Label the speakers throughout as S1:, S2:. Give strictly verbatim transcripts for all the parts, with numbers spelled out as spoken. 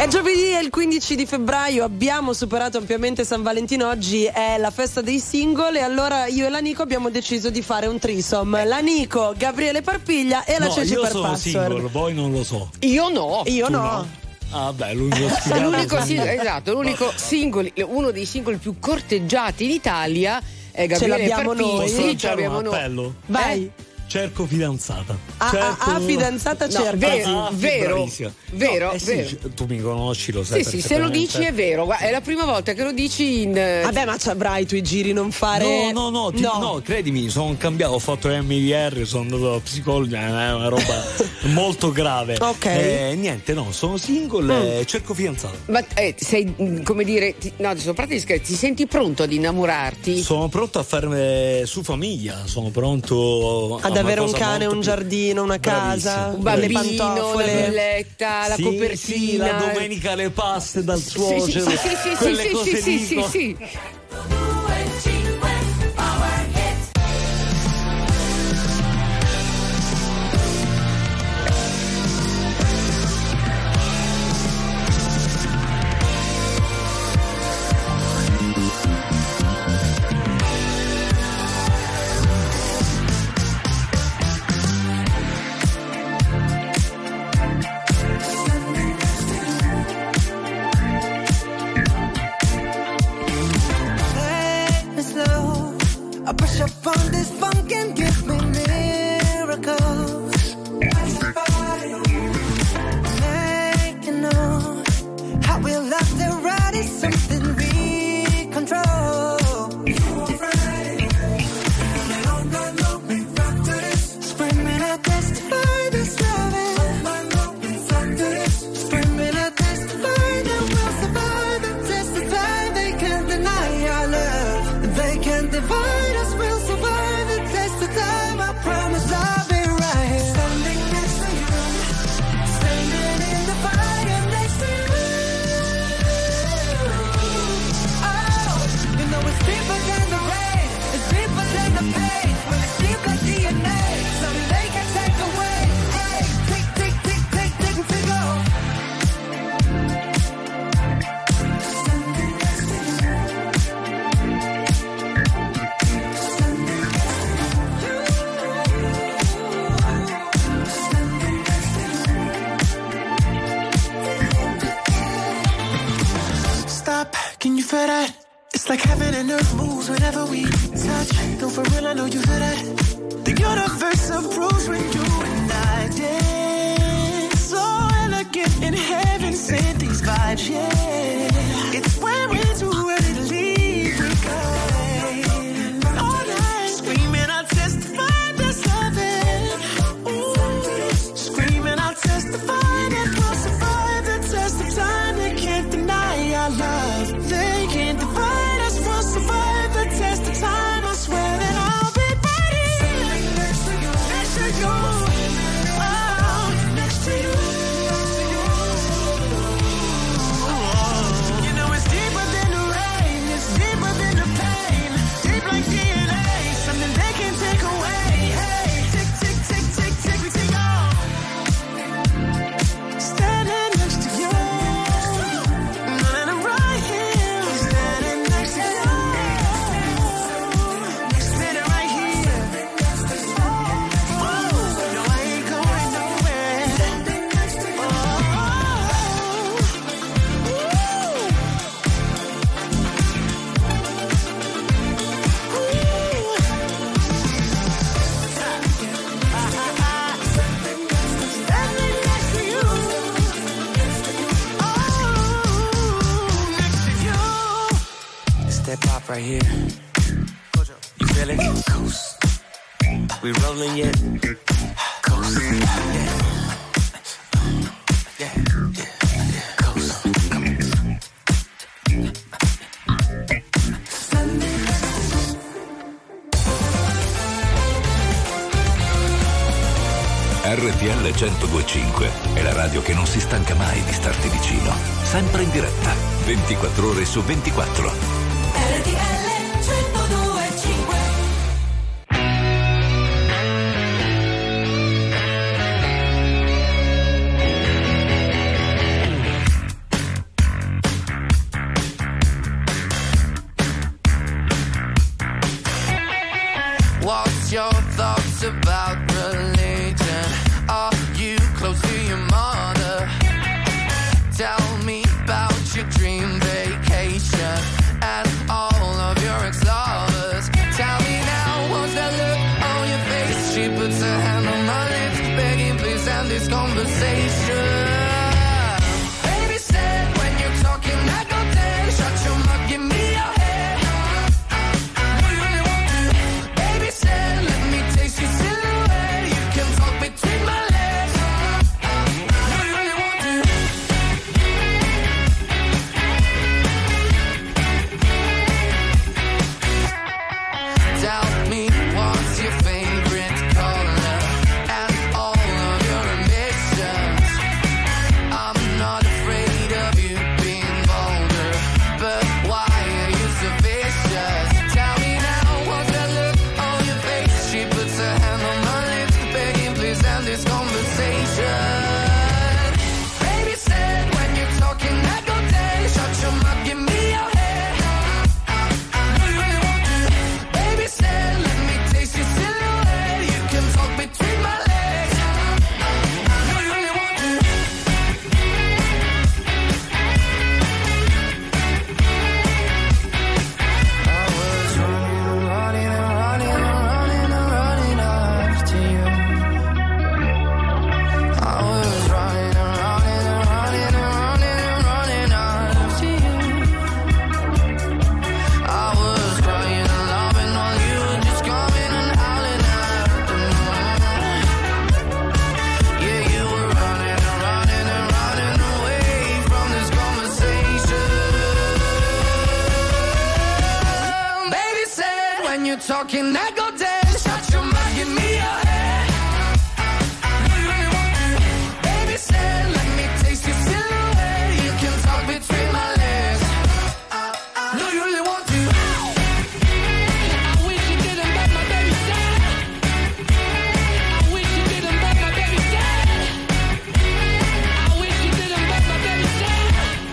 S1: È giovedì, è il quindici di febbraio, abbiamo superato ampiamente San Valentino, oggi è la festa dei single e allora io e la Nico abbiamo deciso di fare un threesome. La Nico, Gabriele Parpiglia e la
S2: no,
S1: Ceci per
S2: sono
S1: Password.
S2: Single, voi non lo so.
S3: Io no.
S1: Io
S2: Tu
S1: no.
S2: no. Ah beh, l'unico sfigato
S3: L'unico, sì,
S2: sono io.
S3: esatto, l'unico singolo, uno dei singoli più corteggiati in Italia è Gabriele
S1: Ce l'abbiamo
S3: Parpiglia.
S1: noi.
S2: Posso
S3: Sì, ce
S2: lanciare
S3: l'abbiamo
S2: un
S3: noi.
S2: appello?
S1: Vai.
S3: Eh?
S2: Cerco fidanzata.
S1: Ah,
S2: cerco...
S1: ah, ah, fidanzata
S3: No,
S1: cerca.
S3: vero,
S2: Ah,
S3: vero,
S2: bravissima.
S3: vero,
S2: No, eh sì,
S3: vero.
S2: tu mi conosci, lo sai.
S3: Sì, sì, se lo dici è vero. Guarda, è la prima volta che lo dici in. eh,
S1: Vabbè, ma ci avrai i tuoi giri, non fare.
S2: No, no, no, ti- no, credimi, sono cambiato, ho fatto M D R, sono andato a psicologa, è una roba molto grave.
S1: Ok.
S2: Eh, niente, no, sono single e cerco fidanzata.
S3: Ma eh, sei, mm, come dire, ti, no, adesso a parte gli scherzi, ti senti pronto ad innamorarti?
S2: Sono pronto a fare su famiglia, sono pronto
S1: Ad
S2: a
S1: avere
S2: una
S1: un
S2: cosa
S1: cane,
S2: molto
S1: un
S2: più-
S1: giardino, una casa,
S2: Bravissimo,
S3: Un
S1: le
S3: bambino,
S1: pantofole.
S3: la bolletta, la
S2: Sì,
S3: copertina.
S2: sì, la domenica le paste dal
S3: Sì, sì,
S2: suocero,
S3: sì, sì, sì,
S2: quelle
S3: sì,
S2: cose
S3: sì,
S2: lì,
S3: sì,
S2: no?
S3: sì, sì.
S4: I push up on this funk and give me miracles. Make you know how we love the ride is something we control. Screaming, I testify this loving. Screaming, I testify that we'll survive and testify they can't deny our love. They can't divide us, we'll survive and test the time. I promise I'll be right. Standing next to you, standing in the fire next to you. Oh, you know it's deeper than the rain, it's deeper than the pain. When it's deep like D N A, something they can take away. Hey, tick, tick, tick, tick, tick, tick, off. Standing next to you. Stop, can you feel that? It's like heaven and earth moves whenever we touch. No, for real, I know you feel that. The universe approves when you and I dance. So elegant in heaven, sent these vibes, yeah. It's when we're too ready to leave, we go. All night, screaming, I'll testify this loving. Ooh, screaming, I'll testify that we'll survive the test of time. They can't deny our love. They can't divide us. We'll survive the test of time. I swear that I'll be right here next to you, next to you. Oh, next to you. You know it's deeper than the rain, it's deeper than the pain. Deep like D N A, something they can't take away. Hey, tick, tick, tick, tick, tick, we take off. Standing next to you, and I'm right here. Standing next to you, standing right here. Oh, no, I ain't going nowhere. Standing next to you. Standing next to you. Oh, next to you.
S5: Step up right here. You feel it? Coast. We rolling yet? Coast. Yeah. Yeah. Yeah. Coast. Come on.
S6: R T L centodue e cinque è la radio che non si stanca mai di starti vicino, sempre in diretta, ventiquattro ore su ventiquattro.
S4: R T L centodue e cinque.
S7: it's about religion. Are you close to your mother? Tell me about your dream vacation and all of your ex-lovers. Tell me now, what's that look on your face? She puts her hand on my lips, begging please end this conversation. Baby said when you're talking I go dead. Shut your mouth, give me your head. Do you really want to? Baby said let me taste your silhouette. You can talk between my legs. Do you really want to? Tell me what's your favorite color and all of your ambitions. I'm not afraid of you being bolder, but why are you so vicious? Tell me now, what's that look on your face? She puts her hand on my lips, begging please end this conversation. Baby said when you're talking I go dead. Shut your mouth, give me your head. Do you really want to? Baby said let me taste your silhouette. You can talk between my legs. Do you really want to? I was running and running and running and running and running after you. I was running and running and running and running and running after you. I was crying and loving while you were just coming and howling after me. Yeah, you were running and running and running away from this conversation. Baby said when you're talking I go dead. Shut your mouth, give me your head. Do you really want to? Baby said let me taste your silhouette. You can talk between my legs. Do you really want to? I wish you didn't, but my baby said. I wish you didn't, but my baby said. I wish you didn't, but my baby said.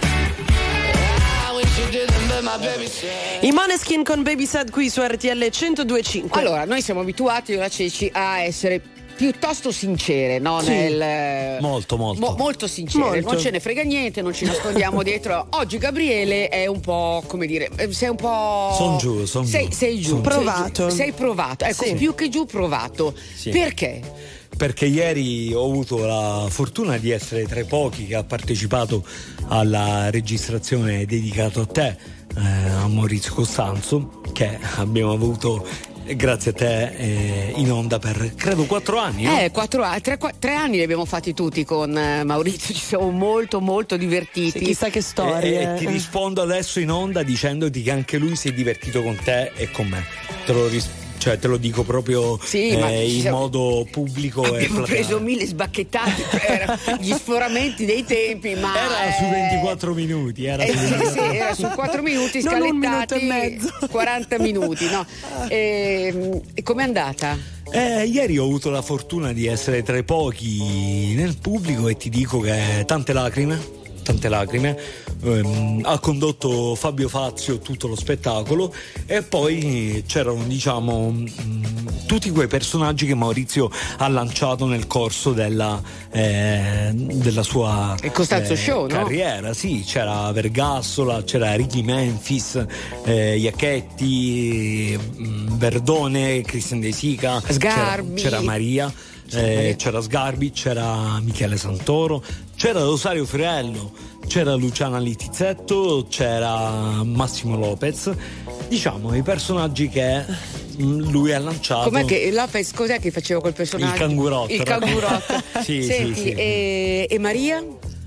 S7: I wish you didn't, but my baby said.
S1: I Måneskin con Baby Said qui su R T L centodue e cinque.
S3: Allora, noi siamo abituati, io e la Ceci, a essere piuttosto sincere, no?
S1: Sì.
S3: Nel,
S2: Molto, molto.
S3: mo- molto sincere,
S1: Molto.
S3: non ce ne frega niente, non ci nascondiamo dietro. Oggi Gabriele è un po', come dire, eh, sei un po'.
S2: Son giù, son
S3: sei,
S2: giù.
S3: sei giù.
S2: Son
S1: giù.
S3: sei
S1: Provato.
S3: Sei provato, ecco,
S1: Sì.
S3: più che giù provato.
S2: Sì.
S3: Perché?
S2: Perché ieri ho avuto la fortuna di essere tra i pochi che ha partecipato alla registrazione dedicata a te, eh, a Maurizio Costanzo, che abbiamo avuto eh, grazie a te eh, in onda per credo quattro anni. no?
S3: Eh, quattro anni, tre, qua- tre anni li abbiamo fatti tutti con eh, Maurizio, ci siamo molto molto divertiti.
S1: Sì, chissà che
S2: E,
S1: storie.
S2: e ti rispondo adesso in onda dicendoti che anche lui si è divertito con te e con me. Te lo ris- cioè te lo dico proprio
S3: Sì, ma
S2: eh,
S3: ci
S2: in
S3: siamo-
S2: modo pubblico. e
S3: Abbiamo
S2: plateale.
S3: preso mille sbacchettate per gli sforamenti dei tempi, ma
S2: Era su
S3: eh,
S2: ventiquattro minuti, era
S3: Eh
S2: su
S3: sì, sì, era su quattro minuti
S1: Non un minuto
S3: scalettati
S1: e mezzo.
S3: quaranta minuti, no? E, e com'è andata?
S2: Eh, ieri ho avuto la fortuna di essere tra i pochi nel pubblico e ti dico che tante lacrime, tante lacrime. Ehm, ha condotto Fabio Fazio tutto lo spettacolo e poi c'erano, diciamo, mh, tutti quei personaggi che Maurizio ha lanciato nel corso della, eh, della sua
S3: Il Costanzo Show, no?
S2: carriera. Sì, c'era Vergassola, c'era Ricky Memphis, eh, Iacchetti, mh, Verdone, Christian De Sica,
S3: Sgarbi.
S2: c'era, c'era Maria. Eh, c'era Sgarbi, c'era Michele Santoro, c'era Rosario Fiorello, c'era Luciana Littizzetto, c'era Massimo Lopez, diciamo i personaggi che mh, lui ha lanciato.
S3: Com'è che Lopez, cos'è che faceva quel personaggio?
S2: Il cangurotto.
S3: Il cangurotto.
S2: Sì,
S3: Senti,
S2: sì, sì.
S3: E, e Maria?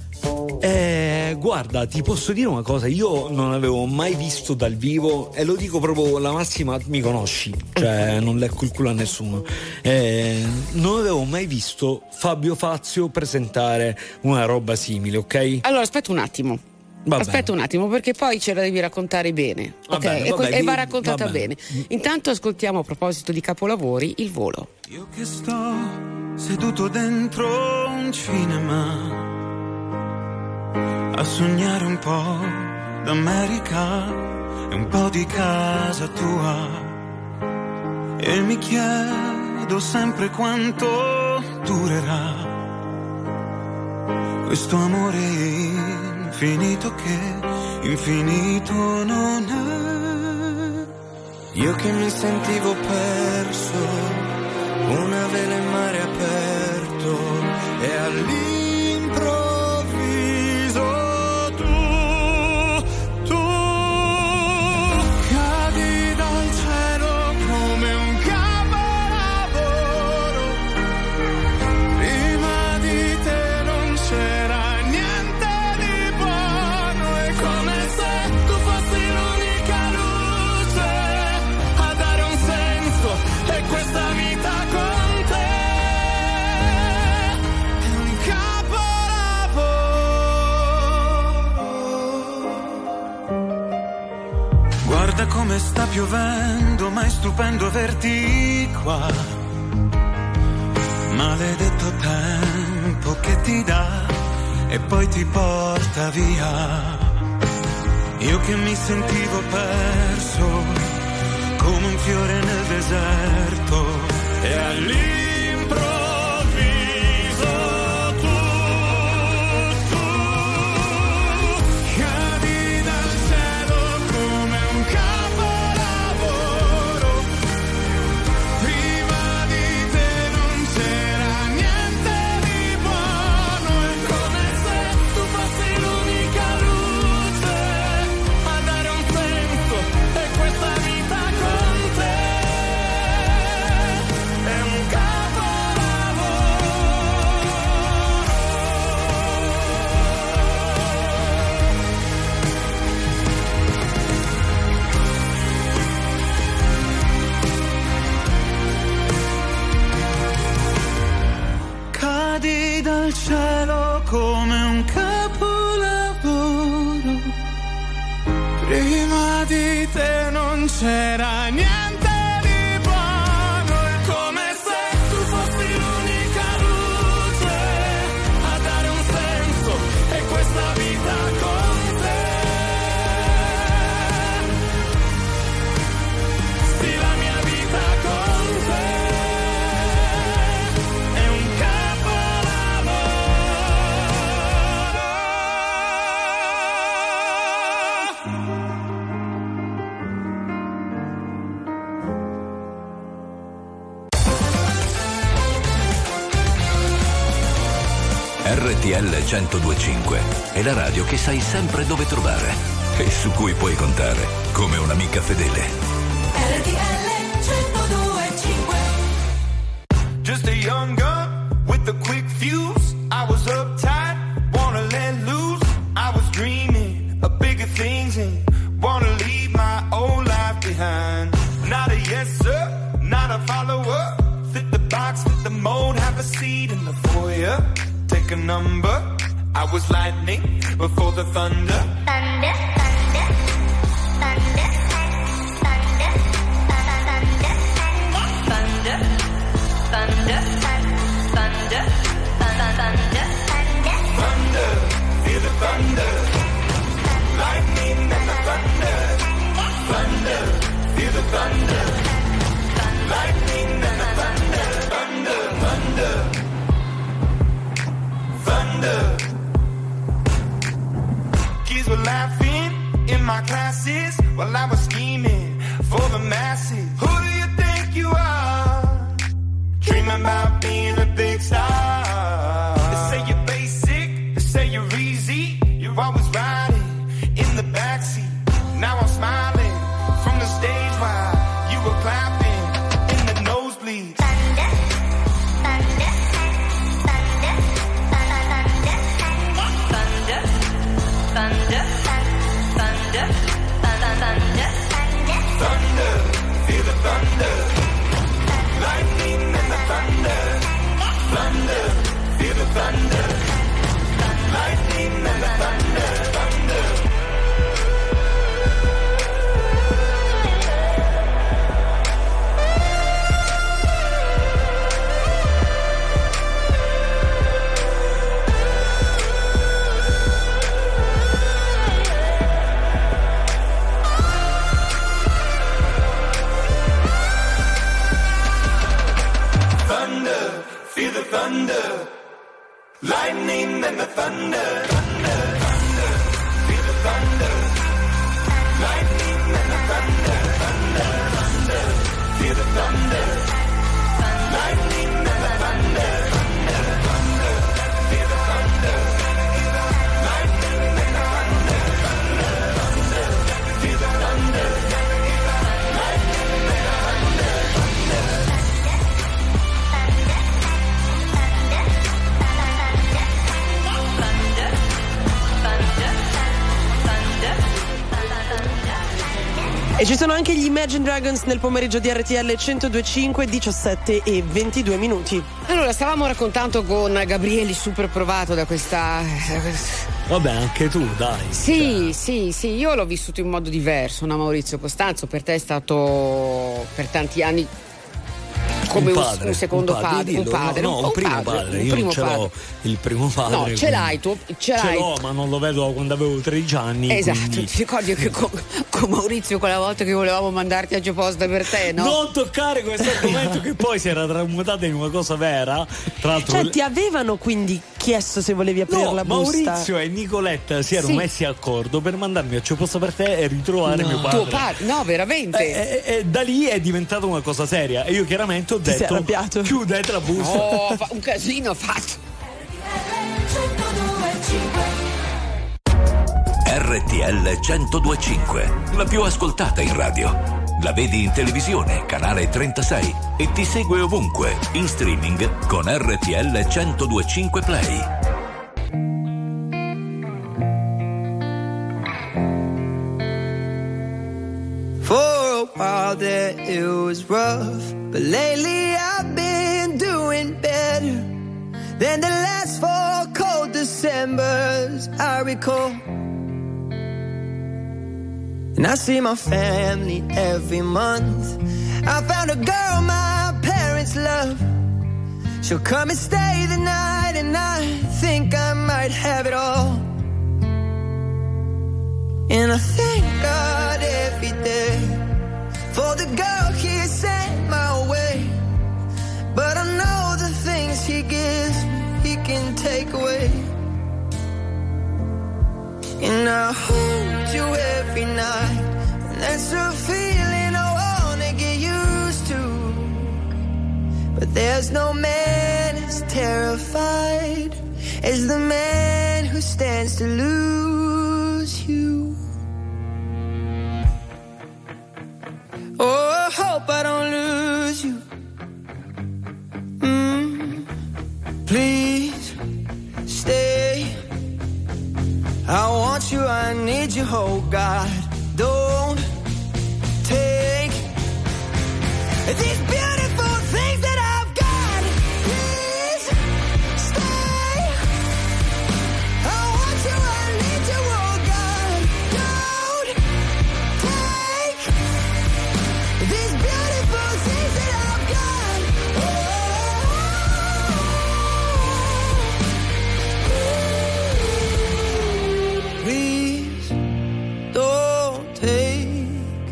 S2: Eh, guarda, ti posso dire una cosa, io non avevo mai visto dal vivo e lo dico proprio con la massima, mi conosci, cioè non lecco il culo a nessuno. Eh, non avevo mai visto Fabio Fazio presentare una roba simile, ok?
S3: Allora aspetta un attimo.
S2: Va
S3: Aspetta
S2: bene.
S3: un attimo, perché poi ce la devi raccontare bene,
S2: Va
S3: ok?
S2: bene,
S3: e,
S2: va
S3: que-
S2: bene,
S3: e va
S2: di-
S3: raccontata
S2: va bene.
S3: bene. Intanto ascoltiamo, a proposito di capolavori, Il volo.
S4: Io che sto seduto dentro un cinema a sognare un po' d'America e un po' di casa tua e mi chiedo chiedo sempre quanto durerà questo amore infinito che infinito non è.
S5: Io che mi sentivo perso, una vela in mare aperto, e all'improvviso tu, tu cadi dal cielo come un capolavoro. Prima di te non c'era niente di buono, è come se tu fossi l'unica luce a dare un senso e questa vita con te è un capolavoro.
S4: Guarda come sta piovendo, ma è stupendo averti qua. Maledetto tempo che ti dà e poi ti porta via. Io che mi sentivo perso come un fiore nel deserto, e all'improvviso tu, tu cadi dal cielo come un capolavoro. Prima di te non c'era niente di buono, è come se tu fossi l'unica luce a dare un senso e questa vita con te è un capolavoro. Cadi dal cielo come un capolavoro. Prima di te non c'era niente di buono, è come se tu fossi l'unica luce a dare un senso e questa vita con te. Sì, la mia vita con te è un
S6: R T L centodue e cinque è la radio che sai sempre dove trovare e su cui puoi contare come un'amica fedele.
S8: R T L centodue e cinque.
S5: Just a young gun with a quick fuse. I was uptight, wanna let loose. I was dreaming of bigger things and wanna leave my old life behind. Not a yes sir, not a follower. Fit the box, fit the mold, have a seat in the foyer. Take a number. I was lightning before the thunder.
S9: Thunder, thunder, thunder, thunder, thunder, thunder, thunder, thunder,
S5: Thunder, feel the thunder. Lightning and the thunder. Thunder, feel the thunder. Lightning and the thunder. Thunder, thunder. Thunder. Kids were laughing in my classes while I was scheming for the masses. Who do you think you are? Dreaming about being a big star. They say you're basic, they say you're easy. You're always riding in the backseat. Now I'm smiling from the stage while you were clapping in the nosebleeds.
S9: thunder, thunder, thunder, thunder, thunder, thunder,
S5: Thunder, feel the thunder. Lightning and the thunder. thunder, feel the thunder. Lightning and the thunder, thunder, thunder, feel the thunder. Lightning and the thunder, thunder, thunder, feel the thunder. Lightning and the thunder, thunder, thunder, feel the thunder. Lightning and the thunder, thunder, thunder, feel the thunder. Lightning and the thunder, thunder.
S1: E ci sono anche gli Imagine Dragons nel pomeriggio di R T L centodue e cinque, diciassette e ventidue minuti.
S3: Allora, stavamo raccontando con Gabriele super provato da questa...
S2: Vabbè, anche tu, dai.
S3: Sì, sì, sì, io l'ho vissuto in modo diverso, no, Maurizio Costanzo? Per te è stato per tanti anni come un,
S2: padre,
S3: un secondo
S2: un padre,
S3: padre,
S2: dillo,
S3: un padre,
S2: no, no,
S3: un,
S2: un primo
S3: padre,
S2: padre.
S3: un
S2: Io
S3: primo
S2: non ce l'ho
S3: padre.
S2: il primo padre.
S3: No, ce
S2: quindi-
S3: l'hai tu, ce
S2: Ce
S3: l'hai.
S2: l'ho, ma non lo vedo da quando avevo tredici anni.
S3: Esatto,
S2: quindi-
S3: ti ricordi che con, con Maurizio quella volta che volevamo mandarti a Geposta per te, no?
S2: Non toccare questo argomento che poi si era tramutato in una cosa vera. Tra l'altro,
S1: Cioè, ti avevano quindi chiesto se volevi aprire
S2: no,
S1: la busta?
S2: Maurizio e Nicoletta si erano
S3: Sì.
S2: messi d'accordo per mandarmi a C'è posto per te e ritrovare
S1: No.
S2: mio padre.
S3: Tuo padre, no, veramente.
S2: E, e- e da lì è diventata una cosa seria e io chiaramente ho
S1: Ti sei
S2: detto
S1: arrabbiato?
S2: chiudete la busta.
S3: Oh, fa- un casino fatto.
S6: R T L centodue e cinque, la più ascoltata in radio. La vedi in televisione, canale trentasei e ti segue ovunque, in streaming con R T L centodue e cinque Play.
S4: For a while there it was rough, but lately I've been doing better than the last four cold Decembers I recall. And I see my family every month. I found a girl my parents love. She'll come and stay the night, and I think I might have it all. And I thank God every day for the girl He sent my way. But I know the things He gives me, He can take away. And I hold you every night, and that's a feeling I wanna get used to. But there's no man as terrified as the man who stands to lose you. Oh, I hope I don't lose you. Mm, please stay. I want you, I need you, oh God. Don't take these beautiful things that I've got. Please stay. I want you, I need you, oh God. Don't take these beautiful things that I've got. Oh, please don't take.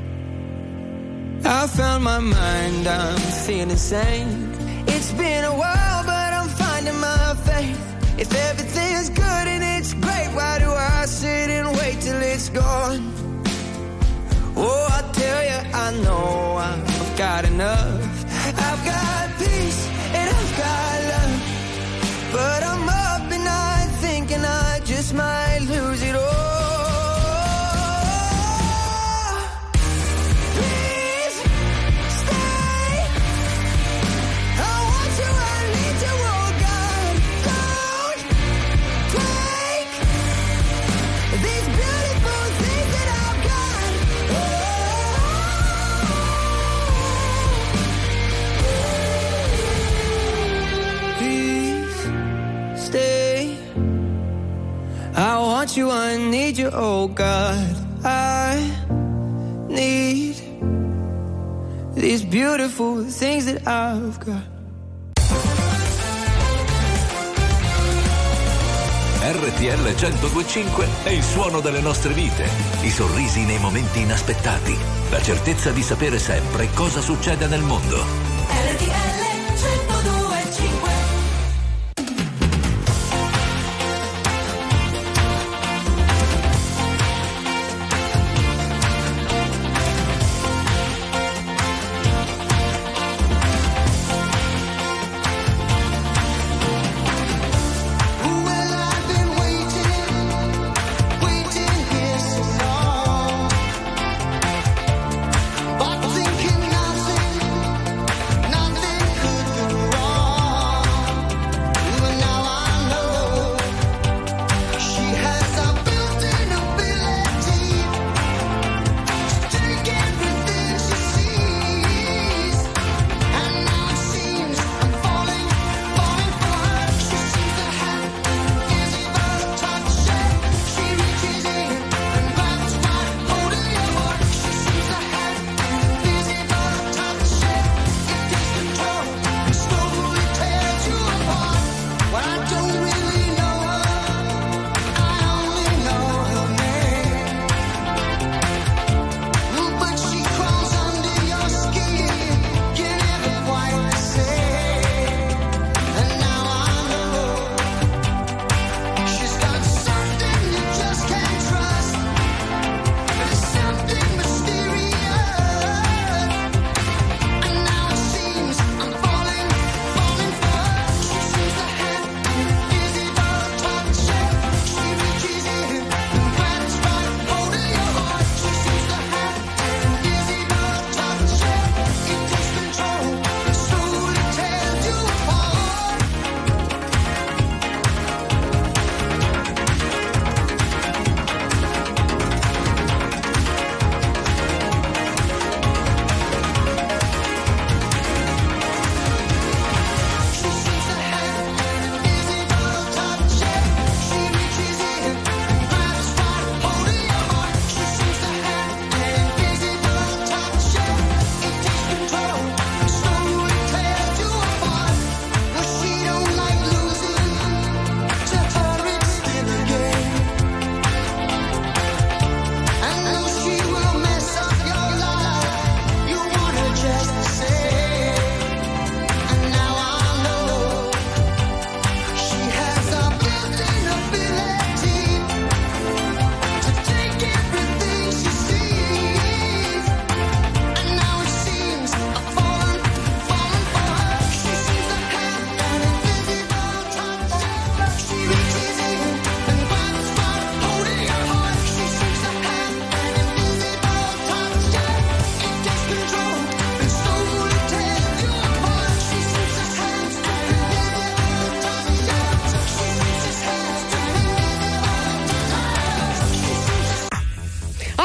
S4: I found my mind, I'm feeling sane. It's been a while, but I'm finding my faith. If everything's good and it's great, why do I sit and wait till it's gone? Oh, I tell you, I know I've got enough. I've got peace and I've got love. But I'm up and night thinking I just might lose it all. Please stay. I want you, I need you, oh God. Don't take these beautiful things that I've got. Please stay. I want you, I need you, oh God. I need these beautiful things that I've got.
S6: R T L centodue e cinque è il suono delle nostre vite, i sorrisi nei momenti inaspettati, la certezza di sapere sempre cosa succede nel mondo.
S8: R T L centodue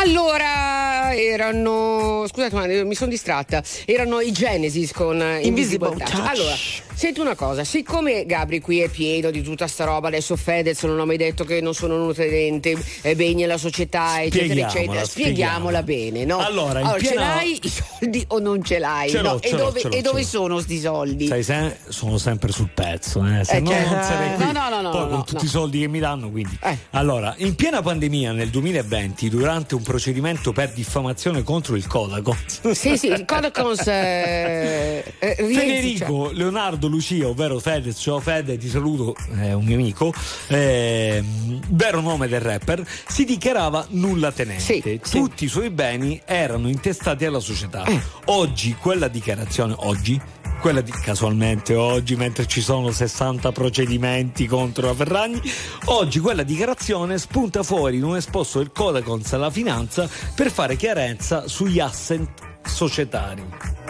S3: Allora, erano, scusate, ma mi sono distratta. Erano i Genesis con eh, Invisible,
S1: Invisible
S3: Touch.
S1: Touch.
S3: Allora, senti una cosa, siccome Gabri qui è pieno di tutta sta roba, adesso Fedez non ho mai detto che non sono nutriente, è bene la società, eccetera,
S2: Spieghiamola,
S3: eccetera. Spieghiamola bene, no?
S2: Allora, in
S3: allora ce
S2: piena-
S3: l'hai i soldi o non ce l'hai?
S2: Ce l'ho,
S3: no?
S2: ce
S3: e
S2: l'ho,
S3: dove,
S2: ce l'ho,
S3: e
S2: ce
S3: dove
S2: l'ho.
S3: sono sti soldi?
S2: Sai, se- sono sempre sul pezzo, eh. Se
S3: Eh,
S2: no
S3: certo.
S2: non sarei qui.
S3: No, no, no, no,
S2: Poi
S3: no,
S2: con
S3: no,
S2: tutti
S3: no.
S2: i soldi che mi danno, quindi.
S3: Eh.
S2: Allora, in piena pandemia nel duemilaventi, durante un procedimento per diffamazione contro il Codacons.
S3: Sì, sì, il Codacons eh, eh, rientri,
S2: Federico
S3: cioè.
S2: Leonardo Lucia, ovvero Fedez, ciao Fede, ti saluto, è un mio amico, eh, vero nome del rapper, si dichiarava nulla tenente.
S3: Sì, sì.
S2: Tutti i suoi beni erano intestati alla società.
S3: Eh.
S2: Oggi quella dichiarazione, oggi, quella di casualmente oggi, mentre ci sono sessanta procedimenti contro la Ferragni, oggi quella dichiarazione spunta fuori in un esposto del Codacons alla finanza per fare chiarezza sugli asset societari.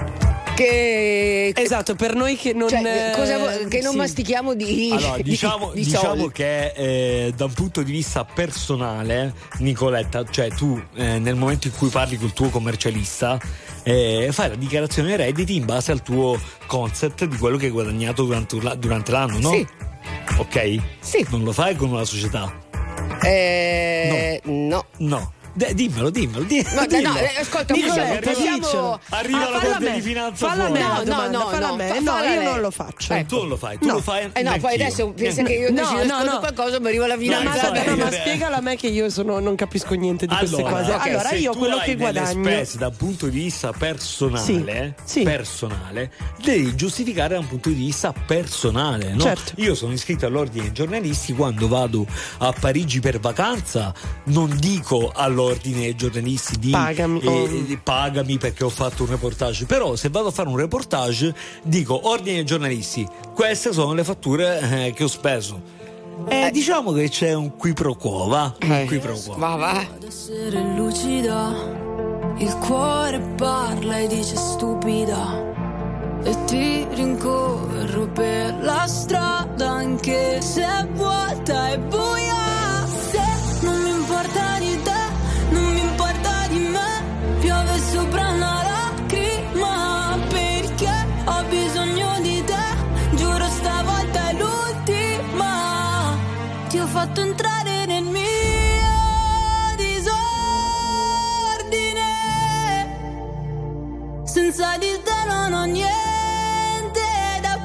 S3: Che
S1: Esatto, per noi che non
S3: cioè, cosa vuoi- che non
S1: sì.
S3: mastichiamo di,
S2: Allora,
S3: di-
S2: diciamo,
S3: di
S2: diciamo
S3: soldi.
S2: che eh, da un punto di vista personale, Nicoletta, cioè tu eh, nel momento in cui parli col tuo commercialista, eh, fai la dichiarazione dei redditi in base al tuo concept di quello che hai guadagnato durante, la- durante l'anno, no?
S3: Sì.
S2: Ok?
S3: Sì.
S2: Non lo fai con una società?
S3: Eh, no.
S2: No. De- dimmelo, dimmelo, di-
S3: No,
S2: dillo.
S3: no, eh, ascolta,
S2: Nicoletta,
S3: possiamo-
S2: diccelo. Arriva
S1: Ah,
S2: la
S1: falla
S2: Guardia
S1: a me.
S2: di Finanza
S1: Falla a
S2: fuori.
S1: me la
S3: No, no,
S1: domanda,
S3: no,
S1: falla a
S3: no,
S1: me.
S3: fa-
S1: No,
S3: falla
S1: io
S3: lei.
S1: non lo faccio.
S3: Eh,
S2: Tu non lo fai, tu
S1: No.
S2: lo fai.
S3: Eh no, poi
S2: neanch'io.
S3: adesso pensa
S2: Neanche-
S3: che io
S1: No,
S3: decido
S1: no,
S3: ascolto
S1: no.
S3: qualcosa, mi arriva la
S1: No,
S3: finanza.
S1: ma,
S2: so,
S1: no, ma
S2: eh,
S1: spiegala a me che io sono, non capisco niente di queste
S2: Allora,
S1: cose.
S3: ok,
S1: Allora,
S2: se
S1: io
S2: tu
S1: quello
S2: hai
S1: che
S2: delle
S1: guadagno.
S2: spese da un punto di vista personale,
S1: Sì, sì.
S2: personale, devi giustificare da un punto di vista personale, no?
S1: Certo.
S2: Io sono iscritto all'ordine dei giornalisti, quando vado a Parigi per vacanza non dico all'ordine dei giornalisti di
S1: Pagami.
S2: eh, di pagami perché ho fatto un reportage, però se vado a fare un reportage dico ordine dei giornalisti, queste sono le fatture eh, che ho speso. Eh, diciamo che c'è un qui pro quo, va? Un
S3: Eh,
S2: qui pro quo.
S3: Va, va.
S10: Ad essere lucida, il cuore parla e dice stupida. E ti rincorro per la strada anche se è vuota e buia. Se non mi importa di te, non mi importa di me, piove sopra una lacrima perché ho bisogno di te, giuro stavolta è l'ultima. Ti ho fatto entrare nel mio disordine, senza di te non ho niente da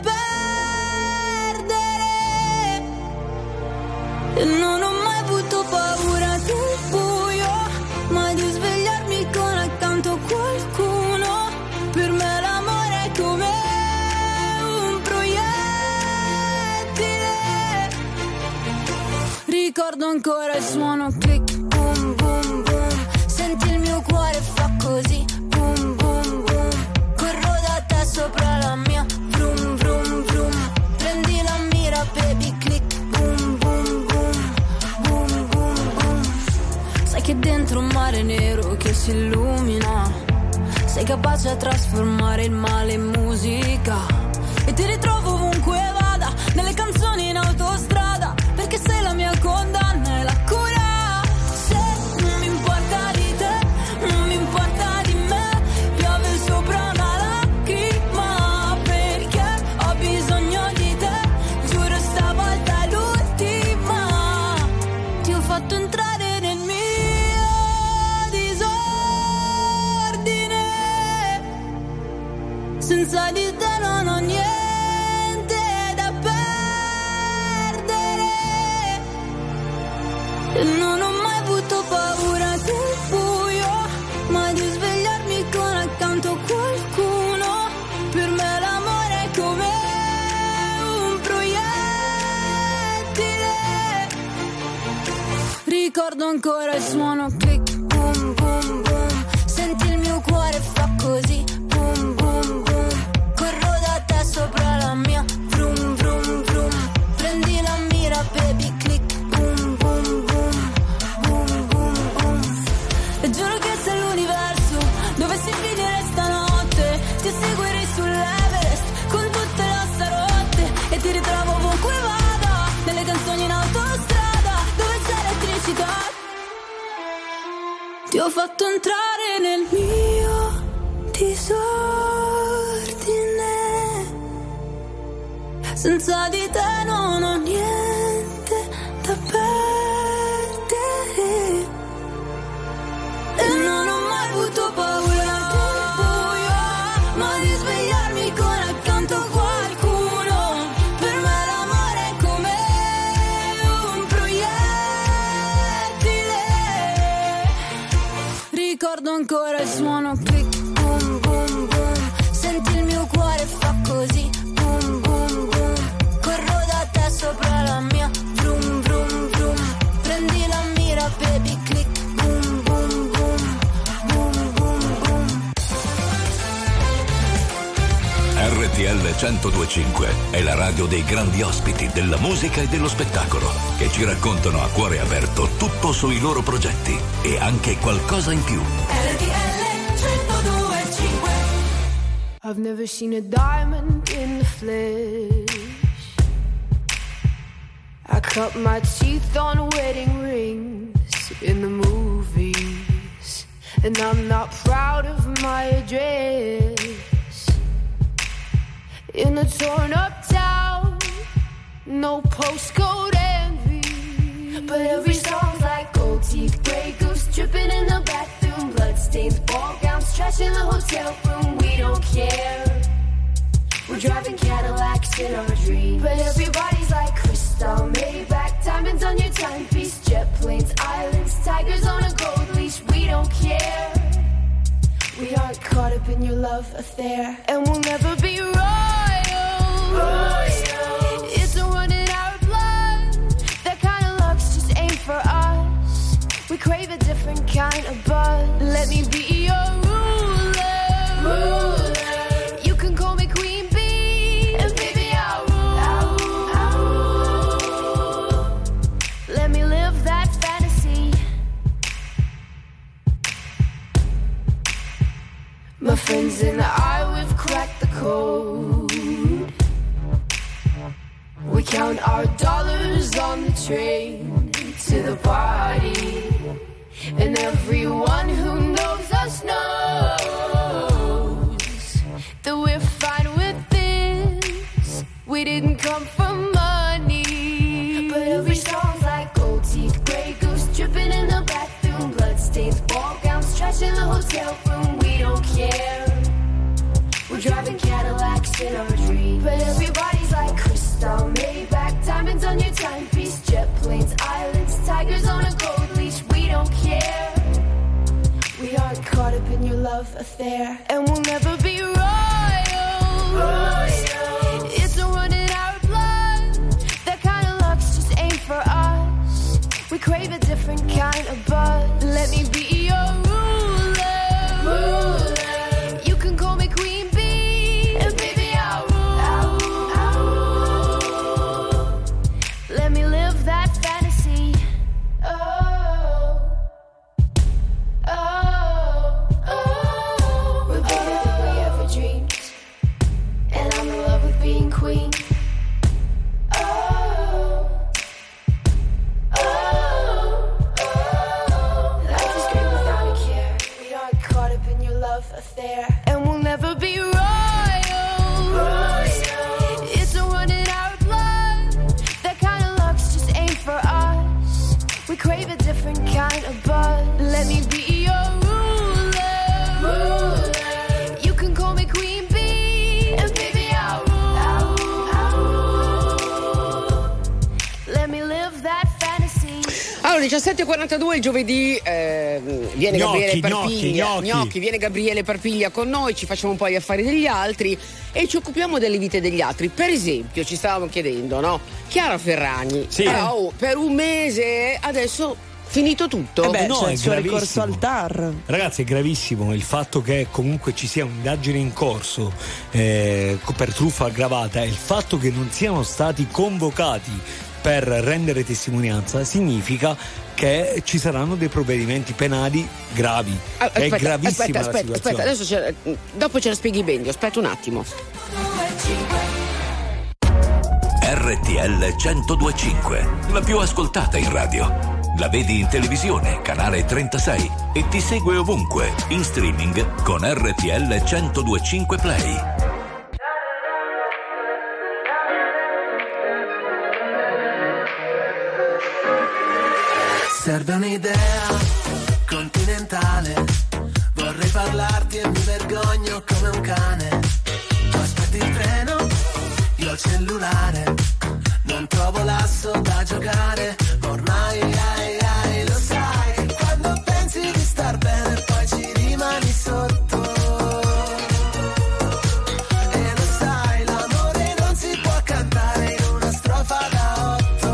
S10: perdere e non ho mai avuto paura del buio, mai di svegliarmi con accanto qualcuno. Per me l'amore è come un proiettile. Ricordo ancora il suono click, boom boom boom. Senti il mio cuore fa così, boom boom boom. Corro da te sopra la mia, vroom vroom vroom. Prendi la mira baby click, boom boom boom. Boom boom boom. Sai che dentro un mare nero che si illumina, sei capace a trasformare il male in musica. E ti ritrovo ovunque vada, nelle canzoni in autostrada, perché sei la mia condanna e la cura. Se non mi importa di te, non mi importa di me, piove sopra una lacrima perché ho bisogno di te, giuro stavolta è l'ultima. Ti ho fatto entrare nel mio disordine, senza di te non ho niente da perdere e non ho mai avuto paura del buio, mai di svegliarmi con accanto qualcuno. Per me l'amore è come un proiettile. Ricordo ancora il suono click, boom boom boom. Senti il mio cuore fa così, boom boom boom. Corro da te sopra la mia, vroom vroom vroom. Prendi la mira baby click, boom boom boom. Boom boom boom. E giuro che se l'universo dovessi finire stanotte, ti seguirei sull'Everest con tutte le ossa rotte e ti ritrovo ovunque vada, nelle canzoni in autostrada dove c'è elettricità. Ti ho fatto entrare nel mio disordine, senza di te non ho niente da perdere e non ho mai avuto paura del buio, ma di svegliarmi con accanto qualcuno. Per me l'amore è come un proiettile. Ricordo ancora il suono click, boom boom boom. Senti il mio cuore fa così, boom boom boom. Corro da te sopra la mia, vroom vroom vroom. Prendi la mira, baby, click, boom boom boom, boom boom boom.
S6: R T L centodue e cinque è la radio dei grandi ospiti della musica e dello spettacolo, che ci raccontano a cuore aperto tutto sui loro progetti e anche qualcosa in più.
S8: R T L centodue e cinque.
S10: I've never seen a diamond in the flesh. I cut my teeth on wedding rings in the movies, and I'm not proud of my address. In a torn up town, no postcode envy, but every song's like gold teeth, grey goose dripping in the bathroom, bloodstains, ball gowns, trash in the hotel room. We don't care. We're driving Cadillacs in our dreams, but everybody's like crystal, Maybach, diamonds on your timepiece, jet planes, islands, tigers on a gold leash. We don't care. We aren't caught up in your love affair, and we'll never be royal. Royal. It's a run in our blood. That kind of luck's just ain't for us. We crave a different kind of buzz. Let me be your ruler. Ruler. You can call me Queen Bee, and baby I'll rule. I'll rule. Let me live that fantasy. My friends and I, we've cracked the code. We count our dollars on the train to the party, and everyone who knows us knows that we're fine with this. We didn't come for money, but every song's like gold teeth, grey goose dripping in the bathroom, bloodstains, ball gowns, trash in the hotel room. We don't care. We're driving Cadillacs in our dreams, but everybody's like crystal, Maybach, diamonds on your timepiece, jet planes, islands, tigers on a gold leash. We don't care. We aren't caught up in your love affair, and we'll never be royal. Royal. It's a run in our blood. That kind of luck's just ain't for us. We crave a different kind of buzz. Let me be your ruler. Ruler. You can call me Queen Bee, and baby I'll rule. I'll rule. I'll rule. Let me live that fantasy. Oh, oh, oh. We're bigger than we ever dreamed, and I'm in love with being queen. Oh, oh, oh. Life is great without a care. We aren't caught up in your love affair, and we'll never be royal. Royal. It's a run in our blood. That kind of luck's just ain't for us. We crave a different kind of buzz. Let me be your ruler. Ruler. You can call me Queen Bee, and baby I'll rule. I'll rule. I'll rule. Let me live that fantasy.
S3: Allora, diciassette e quarantadue il giovedì eh, viene
S2: Gnocchi,
S3: Gabriele
S2: gnocchi,
S3: Parpiglia.
S2: gnocchi.
S3: Gnocchi, viene Gabriele Parpiglia con noi, ci facciamo un po' gli affari degli altri e ci occupiamo delle vite degli altri. Per esempio, ci stavamo chiedendo, no? Chiara Ferragni,
S2: Sì.
S3: però, oh, per un mese adesso finito tutto.
S1: Eh beh,
S2: no,
S1: c'è
S2: è
S1: il suo
S2: gravissimo.
S1: ricorso al T A R.
S2: Ragazzi, è gravissimo il fatto che comunque ci sia un'indagine in corso eh, per truffa aggravata, e il fatto che non siano stati convocati per rendere testimonianza significa che ci saranno dei provvedimenti penali gravi.
S3: Ah,
S2: è
S3: aspetta,
S2: gravissima
S3: aspetta,
S2: la
S3: aspetta,
S2: situazione.
S3: aspetta, adesso ce- dopo ce la spieghi meglio, aspetta un attimo.
S6: R T L centodue e cinque, la più ascoltata in radio. La vedi in televisione, canale trentasei, e ti segue ovunque, in streaming con R T L centodue e cinque Play.
S4: Serve un'idea continentale, vorrei parlarti e mi vergogno come un cane. Tu aspetti il treno, io il cellulare, non trovo l'asso da giocare, ma ormai ai, ai, lo sai che quando pensi di star bene poi ci rimani sotto. E lo sai, l'amore non si può cantare in una strofa da otto.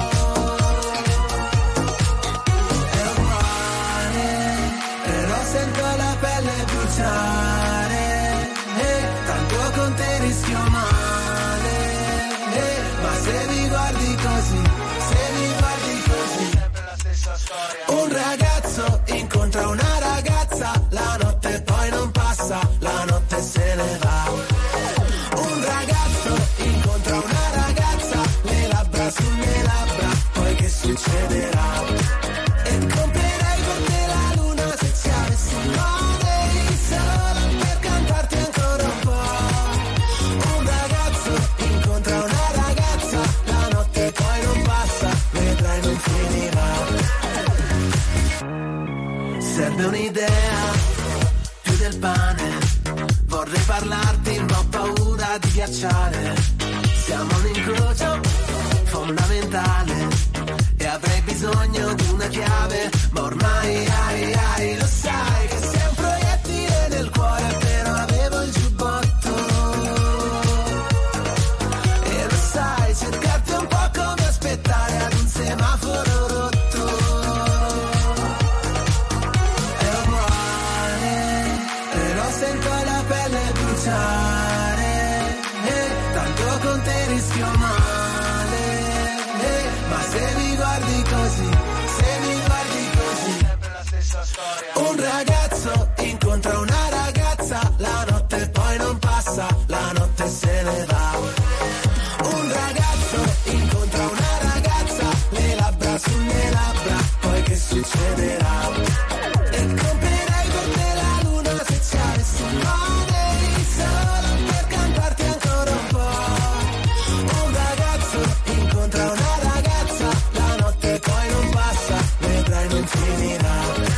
S4: È uguale, però sento la pelle bruciare, e tanto con te rischio male, e, ma se mi guardi così, se mi guardi così, sempre la stessa storia. Un ragazzo incontra una ragazza, la notte poi non passa, la notte se ne va. Un ragazzo incontra una ragazza, le labbra sulle labbra, poi che succederà? E comprerei per te la luna se ci avessi male, solo per cantarti ancora un po'. Un ragazzo incontra una ragazza, la notte poi non passa, vedrai non finirà. Serve un'idea, più del pane, vorrei parlarti ma ho paura di ghiacciare. Siamo un incrocio fondamentale e avrei bisogno di una chiave, ma ormai ai, ai, lo sai che sei un proiettile nel cuore, però avevo il giubbotto. E lo sai, cercarti è un po' come aspettare ad un semaforo rotto. È uguale, però sento la pelle bruciare, e tanto con te rischio male, e, ma se mi guardi così, se mi guardi così, sempre la stessa storia. Un ragazzo incontra una ragazza, la notte poi non passa, la notte se ne va. Un ragazzo incontra una ragazza, le labbra sulle labbra, poi che succederà? E comprerei per te la luna se ci avessi male, solo per cantarti ancora un po'. Un ragazzo incontra una ragazza, la notte poi non passa, vedrai non finirà.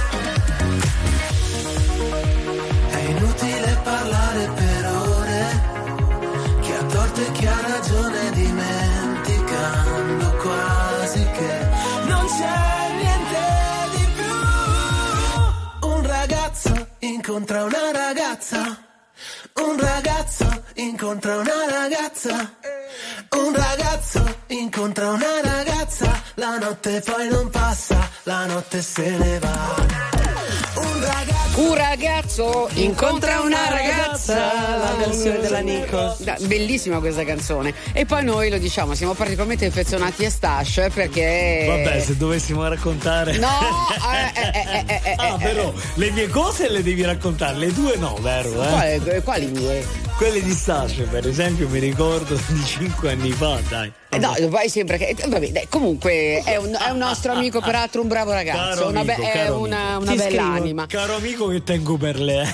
S4: È inutile parlare per ore, chi ha torto e chi ha ragione, dimenticando quasi che non c'è niente di più. Un ragazzo incontra una ragazza, un ragazzo incontra una ragazza, un ragazzo incontra una ragazza, la notte poi non passa, la notte se ne va. Un ragazzo
S3: Un ragazzo incontra una ragazza,
S1: la versione della Nico.
S3: Da- bellissima questa canzone. E poi noi lo diciamo, siamo particolarmente affezionati a Stash perché
S2: Vabbè, se dovessimo raccontare.
S3: No, eh, eh, eh, eh,
S2: Ah,
S3: eh,
S2: però le mie cose le devi raccontare, le tue no, vero? Eh?
S3: Quali, quali due?
S2: Quelle di Sasha, per esempio, mi ricordo di cinque anni fa, dai.
S3: Eh, no, vai sempre che. Vabbè, dai, comunque è un, è un nostro amico, peraltro un bravo ragazzo.
S2: Caro
S3: una be-
S2: amico,
S3: è
S2: caro
S3: una,
S2: amico.
S3: una
S1: Ti
S3: bella
S1: scrivo.
S3: anima.
S2: Caro amico che tengo per lei.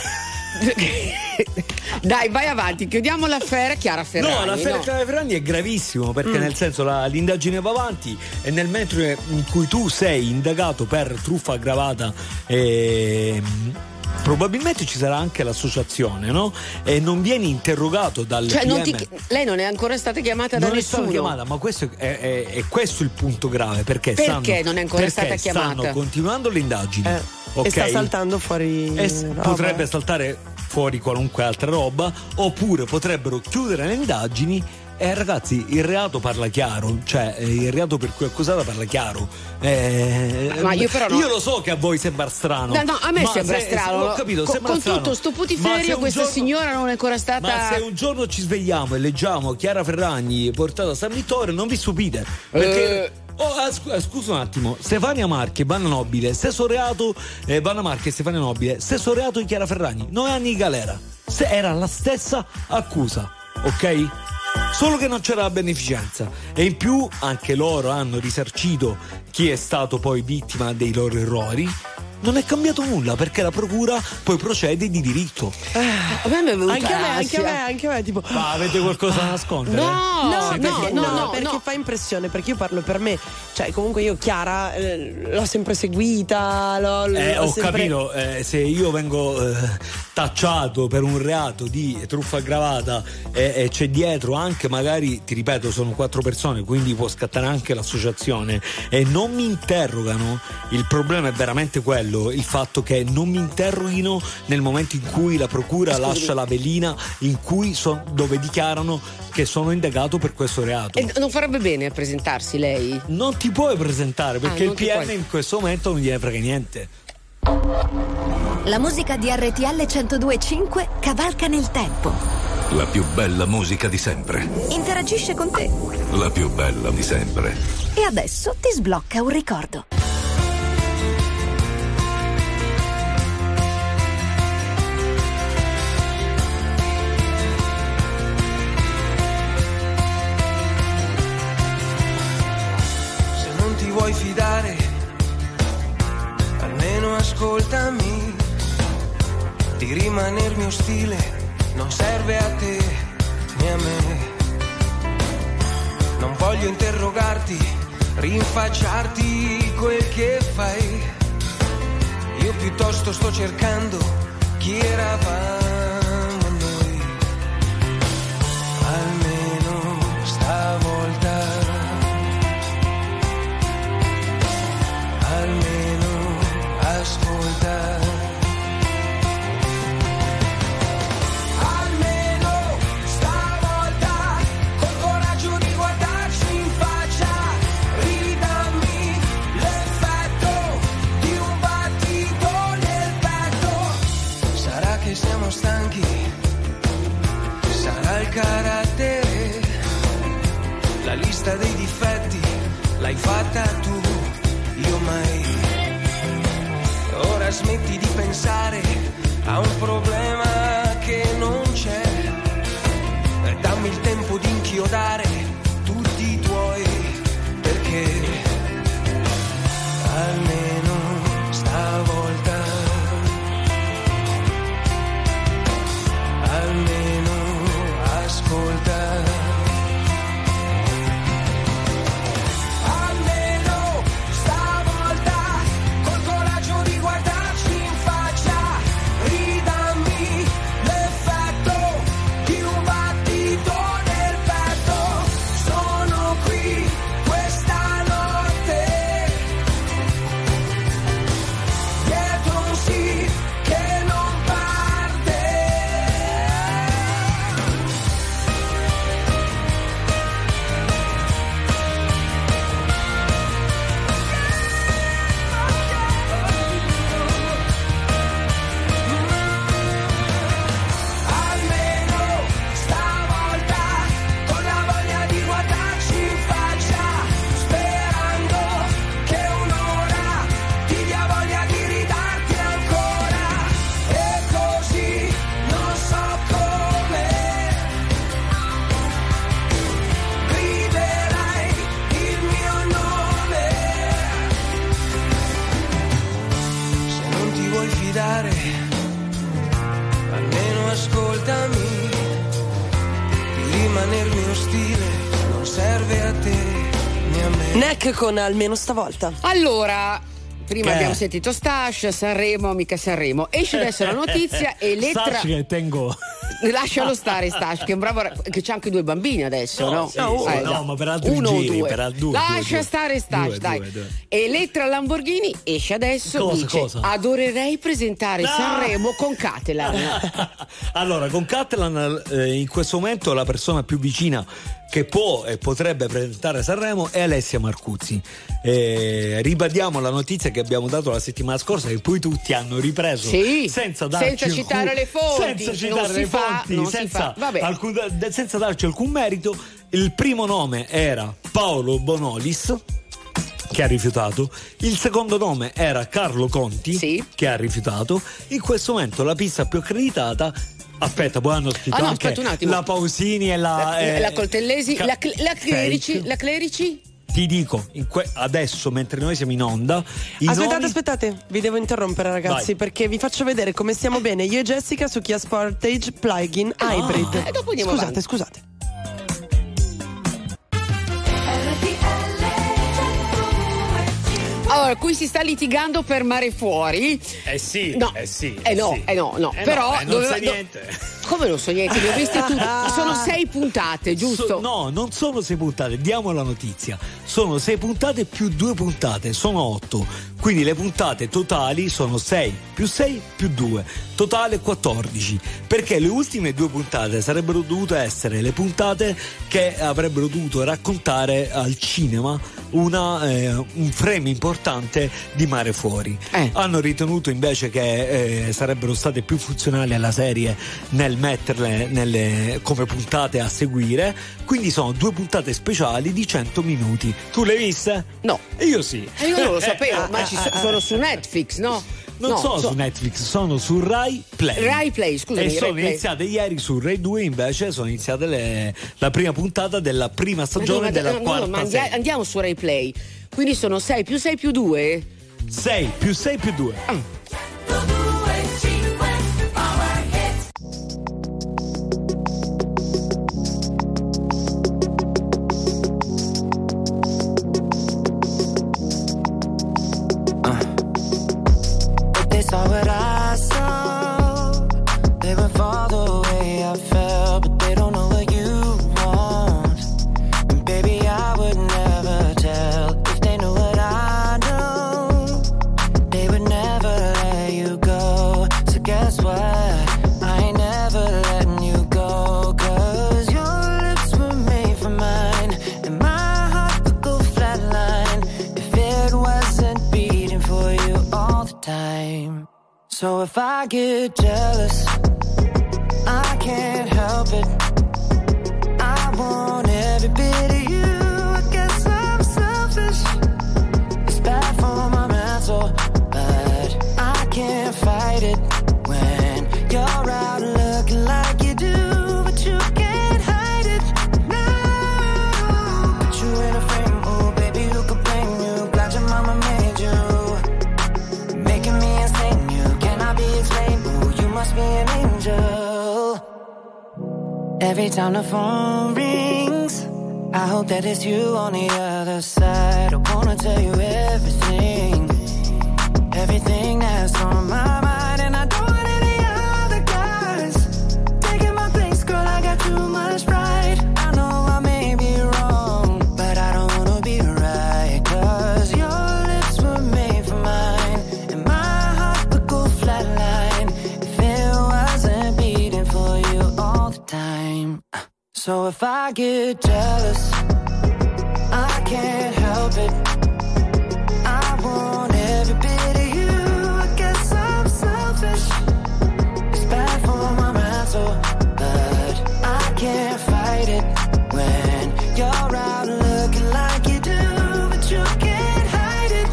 S3: Dai, vai avanti, chiudiamo l'affare Chiara Ferragni.
S2: No, l'affare
S3: no?
S2: Chiara Ferragni è gravissimo perché
S3: Mm.
S2: nel senso la, l'indagine va avanti e nel mentre in cui tu sei indagato per truffa aggravata e probabilmente ci sarà anche l'associazione, no? E non vieni interrogato dal
S3: Cioè,
S2: P M.
S3: non ti- lei non è ancora stata chiamata da
S2: Non è
S3: nessuno.
S2: stata chiamata, ma questo è, è- è questo il punto grave perché,
S3: Perché
S2: stanno,
S3: non è ancora
S2: perché
S3: stata chiamata?
S2: stanno continuando le indagini,
S1: Eh,
S2: ok?
S1: E sta saltando fuori.
S2: E s-
S1: roba.
S2: potrebbe saltare fuori qualunque altra roba, oppure potrebbero chiudere le indagini. E ragazzi, il reato parla chiaro, cioè eh, il reato per cui è accusata parla chiaro. Eh,
S3: Ma io però no.
S2: io lo so che a voi sembra strano.
S3: No, no, a me
S2: ma
S3: sembra
S2: se-
S3: strano.
S2: Ho capito,
S3: con
S2: sembra
S3: con
S2: strano.
S3: tutto sto
S2: Ma se
S3: putiferio,
S2: un
S3: questa
S2: giorno-
S3: signora non è ancora stata.
S2: Ma se un giorno ci svegliamo e leggiamo Chiara Ferragni portata a San Vittorio, non vi stupite. Perché.
S3: Eh.
S2: Oh, ah, scu- ah, scusa un attimo, Stefania Marchi e Vanna Nobile, stesso reato, eh, Vanna Marchi e Stefania Nobile, stesso reato di Chiara Ferragni, nove anni di galera. Se era la stessa accusa, ok? Solo che non c'era la beneficenza e in più anche loro hanno risarcito chi è stato poi vittima dei loro errori. Non è cambiato nulla perché la procura poi procede di diritto.
S3: A me mi è venuta
S1: Anche a me, anche a
S3: ansia.
S1: me, anche a me, tipo.
S2: Ma avete qualcosa da nascondere?
S3: No,
S1: No,
S2: Sì,
S1: perché,
S3: no,
S1: no,
S3: no,
S1: perché
S3: no.
S1: fa impressione, perché io parlo per me. Cioè, comunque io Chiara eh, l'ho sempre seguita, l'ho,
S2: Eh,
S1: l'ho
S2: ho
S1: sempre...
S2: capito, eh, se io vengo eh, tacciato per un reato di truffa aggravata e, e c'è dietro anche, magari, ti ripeto, sono quattro persone, quindi può scattare anche l'associazione e non mi interrogano, il problema è veramente quello, il fatto che non mi interroghino nel momento in cui la procura
S3: Scusami.
S2: lascia la velina in cui son, dove dichiarano che sono indagato per questo reato.
S3: E non farebbe bene a presentarsi lei?
S2: Non ti puoi presentare perché
S3: Ah,
S2: il
S3: non ti
S2: P M
S3: puoi.
S2: in questo momento non gliene frega niente.
S11: La musica di R T L centodue e cinque cavalca nel tempo.
S6: La più bella musica di sempre.
S11: Interagisce con te.
S6: La più bella di sempre.
S11: E adesso ti sblocca un ricordo.
S4: Se non ti vuoi fidare, almeno ascoltami. Di rimanermi ostile non serve a te né a me. Non voglio interrogarti, rinfacciarti quel che fai. Io piuttosto sto cercando chi eravamo noi. Almeno stavolta, almeno ascolta. Almeno stavolta, col coraggio di guardarci in faccia, ridammi l'effetto di un battito nel petto. Sarà che siamo stanchi, sarà il carattere, la lista dei difetti l'hai fatta tu, io mai. Ora smetti di pensare a un problema che non c'è e dammi il tempo di inchiodare tutti i tuoi perché. Almeno stavolta, almeno ascolta. Almeno stavolta, col coraggio di guardarci in faccia, ridammi l'effetto di un battito nel petto. Sono qui questa notte, dietro un sì che non parte. Almeno stavolta, con la voglia di guardarci in faccia, sperando che un'ora ti dia voglia di ridarti ancora. E così non so come griderai il mio nome. Se non ti vuoi fidare, almeno ascoltami. Di rimanermi ostile non serve a te né a me.
S1: Neck con almeno stavolta.
S3: Allora, prima
S2: Che?
S3: abbiamo sentito Stash, Sanremo, mica Sanremo. Esce adesso la notizia, Elettra.
S2: Saci che tengo.
S3: Lascialo stare Stash, che è un bravo ra- che c'ha anche due bambini adesso,
S2: No,
S3: no?
S2: sì, sì,
S3: Eh,
S2: no,
S3: già.
S2: ma per altri
S3: Uno o
S2: giri,
S3: due.
S2: per al- due,
S3: Lascia
S2: due,
S3: stare
S2: due.
S3: Stash,
S2: Due,
S3: dai.
S2: due, due.
S3: Elettra Lamborghini esce adesso,
S2: Cosa,
S3: dice:
S2: cosa?
S3: adorerei presentare
S2: No!
S3: Sanremo con Catalan.
S2: Allora, con Catalan eh, in questo momento la persona più vicina che può e potrebbe presentare Sanremo è Alessia Marcuzzi. Eh, ribadiamo la notizia che abbiamo dato la settimana scorsa, che poi tutti hanno ripreso
S3: Sì,
S2: senza, darci
S3: senza citare
S2: alcun-
S3: le fonti,
S2: senza citare
S3: non si
S2: le
S3: fa,
S2: fonti,
S3: non si
S2: senza,
S3: fa. Vabbè.
S2: alcun- de- senza darci alcun merito. Il primo nome era Paolo Bonolis, che ha rifiutato. Il secondo nome era Carlo Conti,
S3: Sì.
S2: che ha rifiutato. In questo momento la pista più accreditata Aspetta, poi hanno scritto
S3: Ah, no,
S2: anche
S3: aspetta un attimo.
S2: la Pausini e la...
S3: La,
S2: eh,
S3: la Coltellesi,
S2: ca-
S3: la, Cl- la Clerici,
S2: fake.
S3: la Clerici?
S2: Ti dico, in que- adesso mentre noi siamo in onda, i
S1: Aspettate,
S2: nomi-
S1: aspettate, vi devo interrompere ragazzi,
S2: Vai.
S1: perché vi faccio vedere come stiamo bene io e Jessica su Kia Sportage Plug-in Hybrid.
S3: E dopo andiamo
S1: Scusate,
S3: avanti.
S1: scusate.
S3: Allora, qui si sta litigando per Mare Fuori.
S2: Eh sì,
S3: No.
S2: eh sì.
S3: Eh no,
S2: sì.
S3: eh no, no.
S2: Eh
S3: Però
S2: no, eh, non
S3: doveva-
S2: sai
S3: do-
S2: niente.
S3: Come non so niente, li ho visti tutti. Sono sei puntate, giusto?
S2: So- no, non sono sei puntate, diamo la notizia. Sono sei puntate più due puntate, sono otto. Quindi le puntate totali sono sei più sei più due, totale quattordici. Perché le ultime due puntate sarebbero dovute essere le puntate che avrebbero dovuto raccontare al cinema una, eh, un frame importante di Mare Fuori.
S3: Eh.
S2: Hanno ritenuto invece che eh, sarebbero state più funzionali alla serie nel metterle nelle, come puntate a seguire, quindi sono due puntate speciali di cento minuti. Tu le hai viste?
S3: No.
S2: Io sì.
S3: E io non lo sapevo, ma ci so- sono su Netflix, no?
S2: Non
S3: No,
S2: sono
S3: so-
S2: su Netflix, sono su Rai Play.
S3: Rai Play, scusami,
S2: E
S3: Rai
S2: sono
S3: Play.
S2: iniziate ieri su Rai due, invece sono iniziate le- la prima puntata della prima
S3: Ma
S2: stagione
S3: no, ma-
S2: della
S3: no, no,
S2: quarta
S3: ma andia-
S2: serie.
S3: andiamo su Rai Play. Quindi sono sei più sei più due?
S2: sei più sei più due.
S4: If they saw what I saw, they would fall the way I felt, but they don't know what you want. And baby, I would never tell. If they knew what I know, they would never let you go. So guess what? I ain't never letting you go, 'cause your lips were made for mine, and my heart would go flatline if it wasn't beating for you all the time. So if I get jealous, I can't help it. I want every bit of you. I guess I'm selfish. It's bad for my mental, but I can't fight it when you're out looking like you do, but you can't hide it. No, put you in a frame, oh baby, who could blame you? Glad your mama made you, making me insane. You cannot be explained. Oh, you must be an angel. Every time the phone rings, I hope that it's you on the other side. I wanna tell you everything, everything that's on my mind, and I don't want any other guys taking my place, girl. I got too much pride. I know I may be wrong, but I don't wanna be right, 'cause your lips were made for mine, and my heart would go flatline if it wasn't beating for you all the time. So if I get jealous, I can't help it. I want every bit of you. I guess I'm selfish. It's bad for my mental, but I can't fight it when you're out looking like you do, but you can't hide it.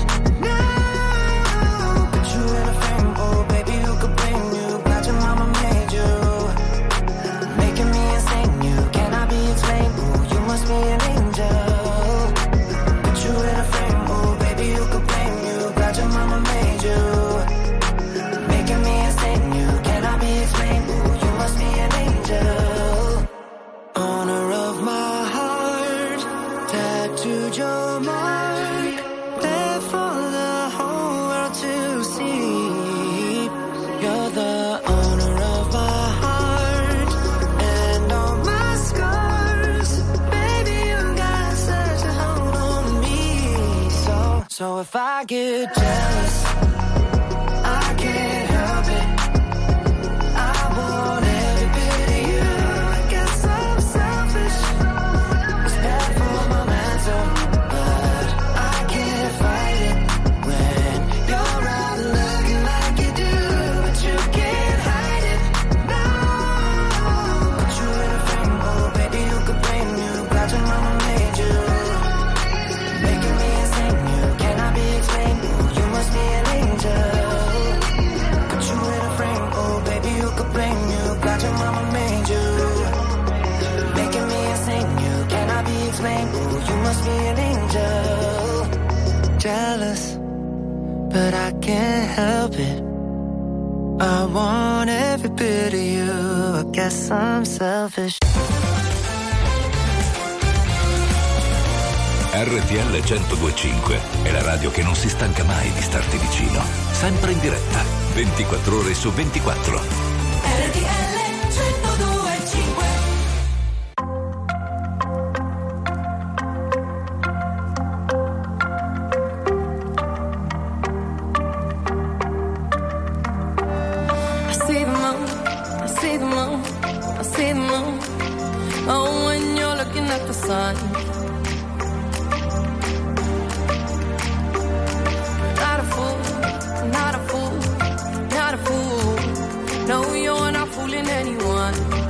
S4: No, put you in a frame, oh baby, who could blame you? Glad your mama made you, making me insane. You cannot be explained. Oh, you must be an angel. Put you in a frame, oh baby, who could blame you? Glad your mama made you, making me insane. You cannot be explained. Oh, you must be an angel. Honor of my heart, tattooed your mark, there for the whole world to see. You're the owner of my heart and all my scars. Baby, you got such a hold on me. So, so if I get jealous, I can't help it. I want every bit of you. I guess I'm selfish. It's bad for my mental, but I can't fight it when you're out looking like you do, but you can't hide it. No, put you in a frame, oh baby, who could blame you? Glad your mama made you, making me insane. You cannot be explained. Oh, you must be an angel. jealous, but I can't help it. I want every bit of you. I guess I'm selfish.
S6: R T L centodue e cinque è la radio che non si stanca mai di starti vicino. Sempre in diretta, ventiquattro ore su ventiquattro.
S8: R T L centodue e cinque.
S10: I see the moon, I see the moon, I see the moon. Oh, when you're looking at the sun. Not a fool, not a fool, not a fool. No, you're not fooling anyone.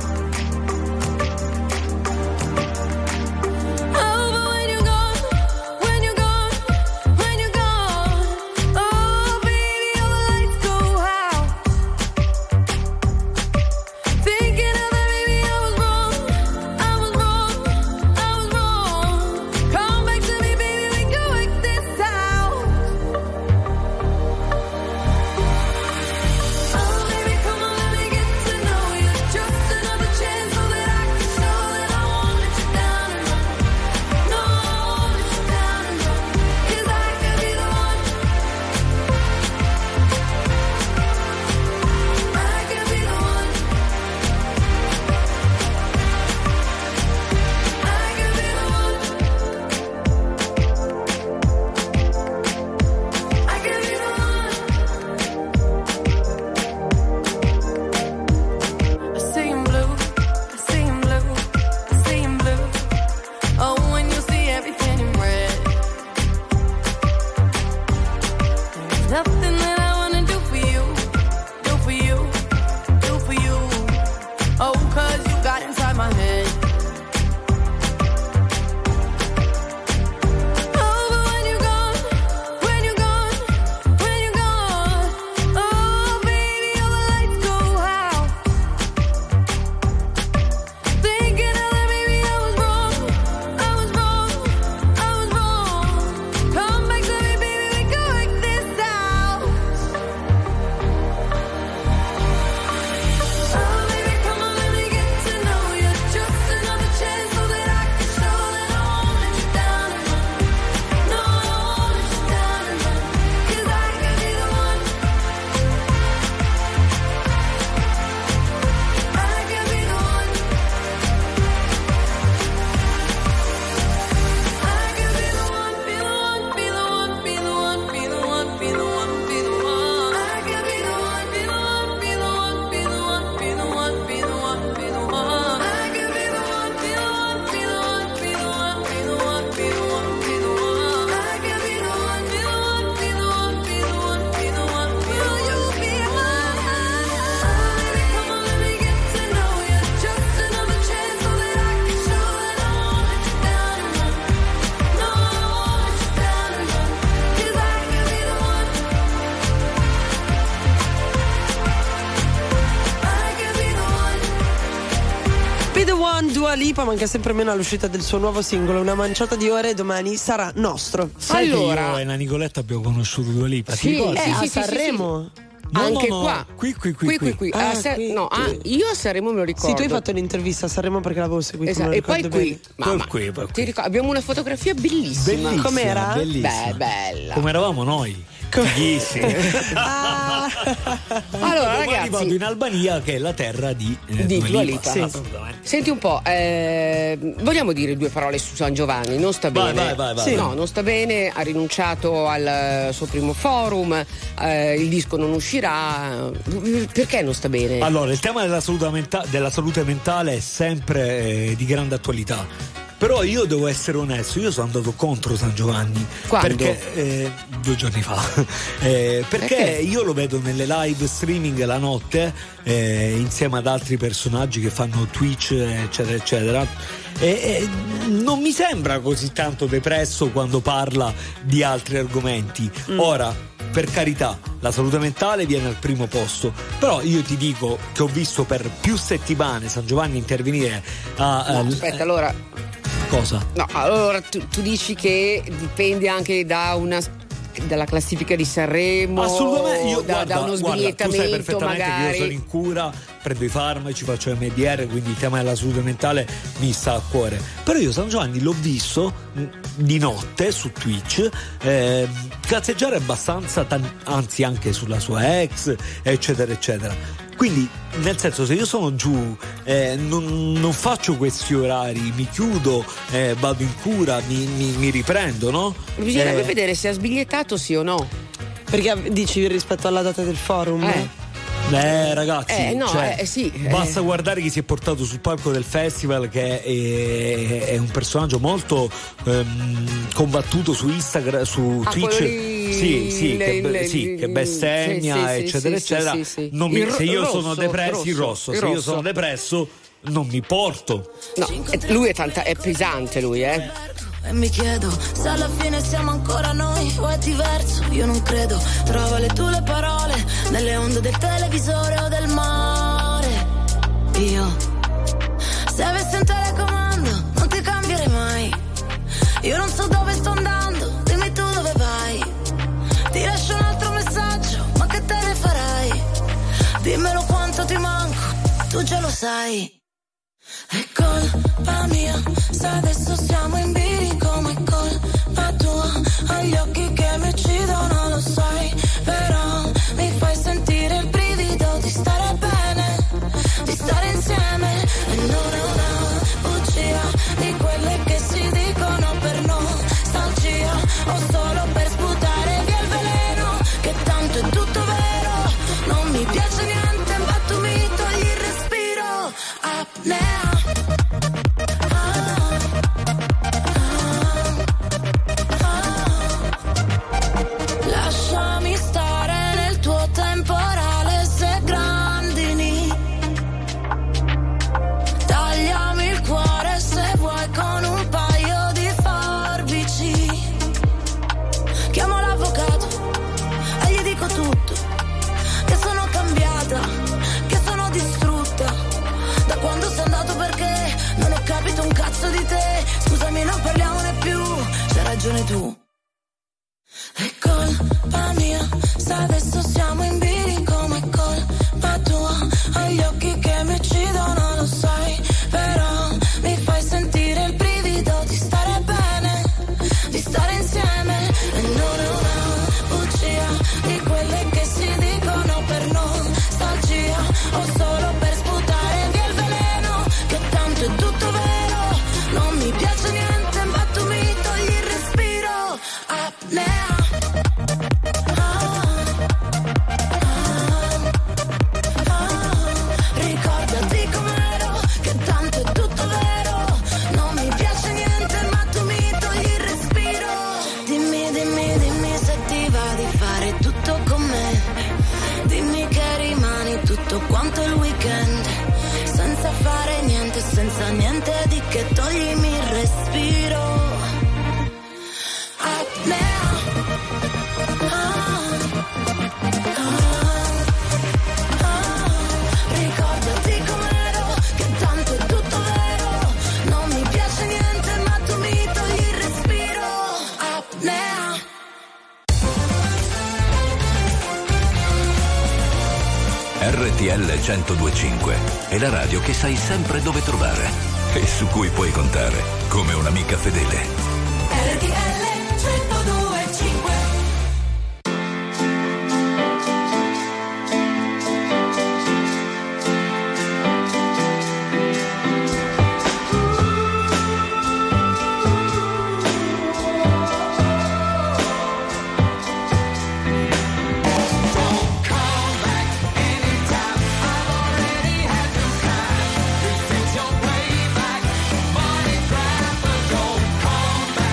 S10: Oh, but when you're gone, when you're gone, when you're gone, oh, baby, all the lights go out. Thinking of that, baby, I was wrong, I was wrong, I was wrong. Come back to me, baby, we can work this out. Oh, baby, come on, let me get to know you. Just another chance so that I can show that I won't let you down and run. No, I won't let you down and run. 'Cause I could be the one. I could be the one. I could be the one. I could be the one. I see him blue, I see him blue, I see him blue. Oh, when you see everything in red. There's nothing that I wanna do for you, do for you, do for you. Oh, 'cause you got inside my head. Oh, but when you're gone, when you're gone, when you're gone, oh, baby, all the lights go out. Thinking of that, baby, I was wrong, I was wrong, I was wrong. Come back to me, baby, we can work this out. Oh, baby, come on, let me get to know you. Just another chance so that I can show that I won't let you down and run. No, I won't let you down and run. 'Cause I could be the one. I could be the one. I could be the one, be the one, be the one, be the one, be the one, be the one, be the one. I could be the one, be the one, be the one, be the one, be the one, be the one, be the one. I could be the one, be the one, be the one, be the one, be the one, be the one, be the one. I could be the one, be the one, be the one, be the one, be the one. Will you be mine? Oh, baby, come on, let me get to know you. Just another chance so that I can show that I won't let you down and run. No, I won't let you down and run. 'Cause I could be the one. I could be the one.
S1: Be the One, Dua Lipa, manca sempre meno all'uscita del suo nuovo singolo. Una manciata di ore e domani sarà nostro.
S2: Sai
S3: Allora-
S2: che io e la Nicoletta abbiamo conosciuto Dua Lipa? Ti
S3: Sì,
S2: ricordi?
S1: Eh,
S3: sì,
S1: a
S3: sì, sì,
S1: Sanremo?
S2: No,
S3: Anche
S2: no, no,
S3: qua.
S2: qui, qui, qui,
S3: qui, qui, qui.
S1: Ah,
S3: A Sa-
S1: qui,
S3: no,
S1: qui.
S3: ah, io a Sanremo me lo ricordo.
S1: Sì, tu hai fatto un'intervista a Sanremo perché l'avevo seguito.
S3: Esatto,
S1: me
S3: e
S1: lo
S3: poi
S1: ricordo
S3: qui,
S1: bene.
S3: mamma,
S2: Poi qui, poi
S3: ti
S2: qui.
S3: ricordo- abbiamo una fotografia bellissima.
S2: Bellissima,
S1: Com'era?
S2: bellissima.
S3: Beh, bella.
S2: Come eravamo noi. Fighissimi.
S1: Ah.
S3: Allora,
S2: Domani
S3: ragazzi,
S2: vado in Albania, che è la terra di, eh,
S3: Di
S2: Dua
S3: Dua
S2: Lipa.
S3: Lipa.
S2: Sì.
S3: Assolutamente. Senti un po', eh, vogliamo dire due parole su San Giovanni? Non sta
S2: Vai,
S3: bene.
S2: vai, vai, vai.
S3: Sì. No, non sta bene, ha rinunciato al eh, suo primo forum, eh, il disco non uscirà. Perché non sta bene?
S2: Allora, il tema della salute, menta- della salute mentale è sempre eh, di grande attualità. Però io devo essere onesto, io sono andato contro San Giovanni.
S3: Quando?
S2: Perché eh, due giorni fa. Eh, perché,
S3: Perché?
S2: io lo vedo nelle live streaming la notte eh, insieme ad altri personaggi che fanno Twitch, eccetera, eccetera. E, e non mi sembra così tanto depresso quando parla di altri argomenti.
S1: Mm.
S2: Ora, per carità, la salute mentale viene al primo posto, però io ti dico che ho visto per più settimane San Giovanni intervenire a...
S3: No,
S2: a-
S3: aspetta, allora.
S2: Cosa?
S3: No, allora tu, tu dici che dipende anche da una dalla classifica di Sanremo,
S2: assolutamente. Io,
S3: da,
S2: guarda,
S3: da uno
S2: guarda, tu sai
S3: sbigliettamento
S2: perfettamente
S3: magari.
S2: che io sono in cura, prendo i farmaci, faccio M D R, quindi il tema della salute mentale mi sta a cuore. Però io San Giovanni l'ho visto mh, di notte su Twitch eh, cazzeggiare abbastanza, tan- anzi anche sulla sua ex, eccetera eccetera. Quindi, nel senso, se io sono giù, eh, non, non faccio questi orari, mi chiudo, eh, vado in cura, mi, mi, mi riprendo, no?
S3: Bisognerebbe
S2: Eh,
S3: vedere se ha sbigliettato sì o no.
S1: Perché dici rispetto alla data del forum?
S3: Eh.
S2: Eh ragazzi,
S3: Eh, no,
S2: cioè,
S3: eh, sì, eh.
S2: basta guardare chi si è portato sul palco del festival, che è, è un personaggio molto ehm, combattuto su Instagram, su
S3: Ah,
S2: Twitch.
S3: quello lì,
S2: sì, sì,
S3: il-
S2: che,
S3: il-
S2: sì, che bestemmia,
S3: sì, sì,
S2: eccetera,
S3: sì,
S2: eccetera.
S3: sì, sì.
S2: Non mi-
S3: Il
S2: se io
S3: rosso,
S2: sono depresso, il rosso,
S3: il
S2: se io
S3: rosso.
S2: sono depresso, non mi porto.
S3: No, eh, lui è, tanta, è pesante, lui, eh.
S10: E mi chiedo se alla fine siamo ancora noi o è diverso, io non credo. Trova le tue parole nelle onde del televisore o del mare. Io, se avessi un telecomando, non ti cambierei mai. Io non so dove sto andando, dimmi tu dove vai. Ti lascio un altro messaggio, ma che te ne farai? Dimmelo quanto ti manco, tu già lo sai. È colpa mia, se adesso siamo in bilico, ma è colpa tua. Ho gli occhi che mi uccidono, lo sai, però mi fai sentire il brivido di stare bene, di stare insieme. E non è una bugia di quelle che si dicono per nostalgia, o solo per sputare via il veleno, che tanto è tutto vero. Non mi piace niente, ma tu mi togli il respiro. Apnea. Lasciami stare nel tuo temporale, se grandini. Tagliami il cuore se vuoi con un paio di forbici. Chiamo l'avvocato e gli dico tutto, che sono cambiata, che sono distrutta da quando sei andato, perché non ho capito un cazzo di te. Scusami, non parliamone più, c'hai ragione tu. È colpa mia, se adesso siamo in bilico, ma è colpa tua. Ho gli occhi che mi uccidono, lo sai, però mi fai sentire il brivido di stare bene, di stare insieme. E non è una bugia di quelle che si dicono per nostalgia, o solo per sputare via il veleno, che tanto è tutto vero. Non mi piace niente, ma tu mi togli il respiro. Apnea. Ricordati com'ero, che tanto è tutto vero. Non mi piace niente, ma tu mi togli il respiro. Dimmi, dimmi, dimmi se ti va di fare tutto con me. Dimmi che rimani tutto quanto il weekend, senza fare niente, senza niente di che, toglimi il respiro. Apnea. Ricordati com'ero, che tanto è tutto vero. Non mi piace niente, ma tu mi togli il respiro. Apnea.
S6: R T L centodue e cinque è la radio che sai sempre dove trovare e su cui puoi contare come un'amica fedele.
S8: R T L centodue e cinque.
S5: Don't come back anytime. I've already had your kind. Please fix your way back, but don't come back.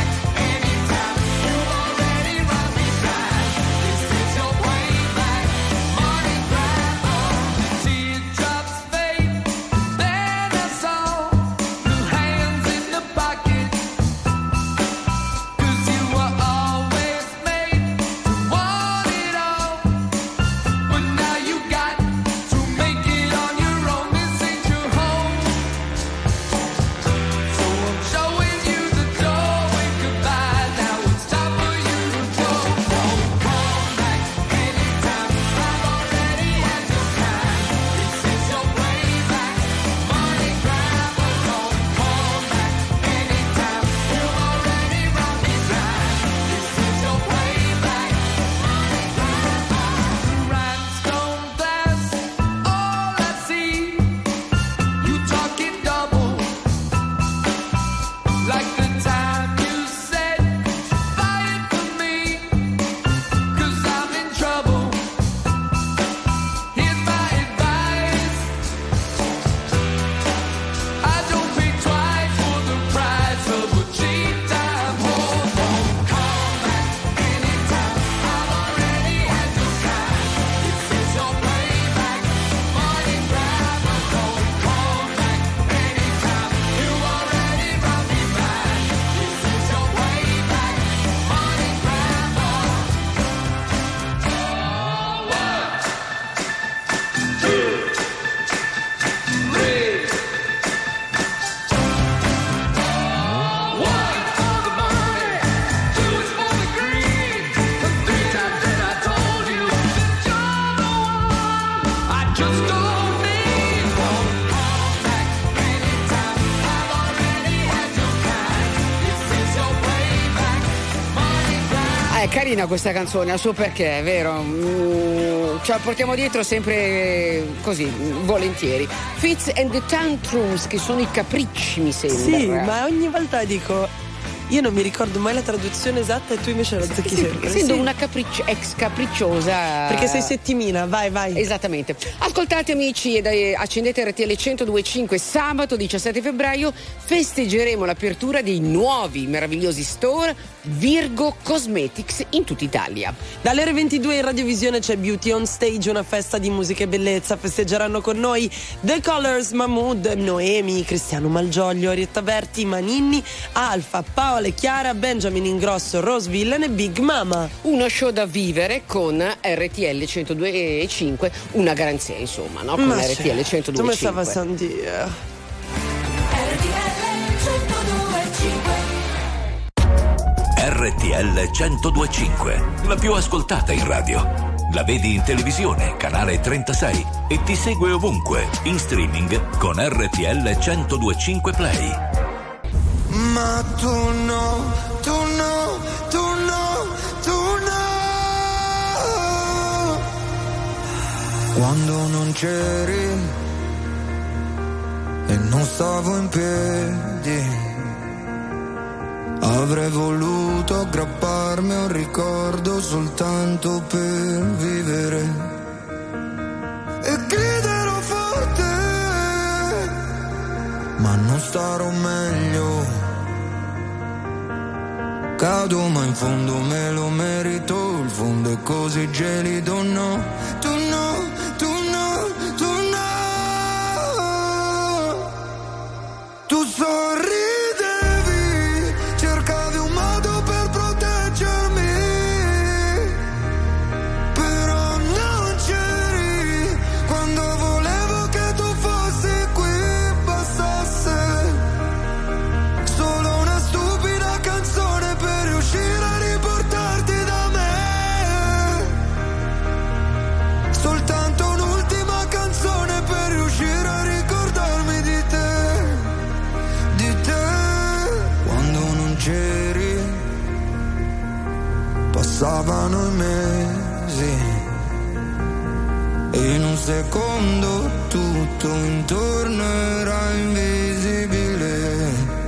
S3: È carina questa canzone, ha suo perché, è vero? Mm, ce la portiamo dietro sempre così, volentieri. Fitz and the Tantrums, che sono i capricci, mi sembra.
S1: Sì, ma ogni volta dico, io non mi ricordo mai la traduzione esatta e tu invece la azzecchi sempre.
S3: Essendo
S1: Sì.
S3: una capricci- ex capricciosa.
S1: Perché sei settimina, vai, vai.
S3: Esattamente. Ascoltate amici ed eh, accendete R T L centodue e cinque. Sabato diciassette febbraio festeggeremo l'apertura dei nuovi meravigliosi store Virgo Cosmetics in tutta Italia.
S1: Dalle ore ventidue in radiovisione c'è Beauty on Stage, una festa di musica e bellezza. Festeggeranno con noi The Colors, Mahmood, Noemi, Cristiano Malgioglio, Orietta Berti, Maninni, Alfa, Paola e Chiara, Benjamin Ingrosso, Rose Villain e Big Mama.
S3: Uno show da vivere con R T L centodue e cinque, una garanzia insomma, no? Con
S1: Ma
S3: R T L
S1: certo,
S3: centodue
S1: come
S3: e cinque.
S1: stava Sandia?
S6: R T L centodue e cinque, la più ascoltata in radio. La vedi in televisione, canale trentasei, e ti segue ovunque, in streaming con R T L centodue e cinque Play.
S4: Ma tu no, tu no, tu no, tu no. Quando non c'eri e non stavo in piedi, avrei voluto aggrapparmi a un ricordo soltanto per vivere e griderò forte, ma non starò meglio. Cado ma in fondo me lo merito, il fondo è così gelido, no, tu no, tu no, tu no. Tu sorridevi, cercavi un modo per proteggermi, però non c'eri quando volevo che tu fossi qui, bastasse solo una stupida canzone per riuscire a riportarti da me, soltanto un'ultima canzone per riuscire a ricordarmi di te, di te. Quando non c'eri passavano i mesi e in un secondo tutto intorno era invisibile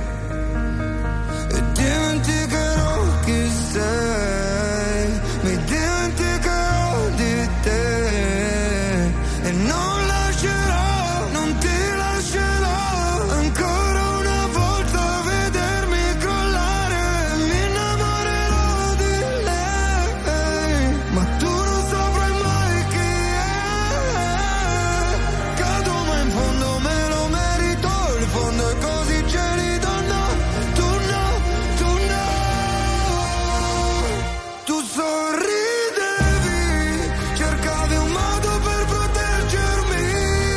S4: e dimenticherò chi sei, mi dimenticherò di te e non lascerò, non ti lascerò ancora una volta vedermi crollare, mi innamorerò di lei, ma tu non saprai mai chi è. Cado ma in fondo me lo merito, il fondo è così gelido, no, tu no, tu no. Tu sorridevi, cercavi un modo per proteggermi,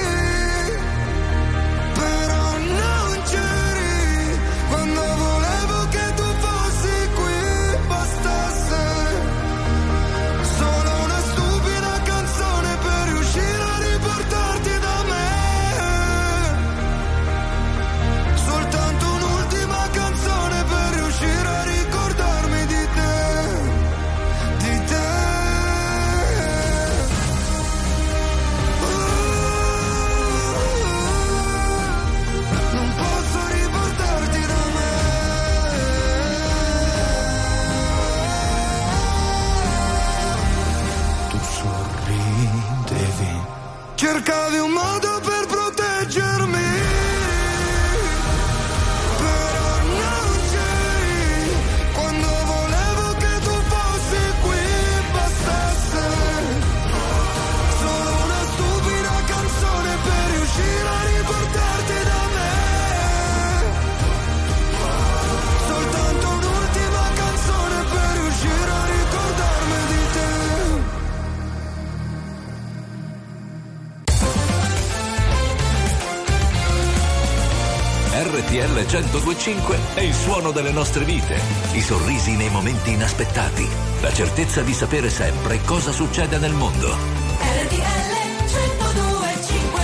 S4: però non c'eri quando volevo che tu fossi qui, bastasse solo una stupida canzone per riuscire a riportarti da me, soltanto un'ultima canzone per riuscire a ricordarmi di te, di te. Non posso riportarti da me. Tu sorridevi, cercavi un modo per proteggermi, però non c'eri quando volevo che tu fossi qui, bastasse solo una stupida canzone per riuscire a riportarti da me, soltanto un'ultima canzone per riuscire a ricordarmi di te.
S6: R T L centodue e cinque è il suono delle nostre vite, i sorrisi nei momenti inaspettati, la certezza di sapere sempre cosa succede nel mondo.
S8: R T L centodue e cinque.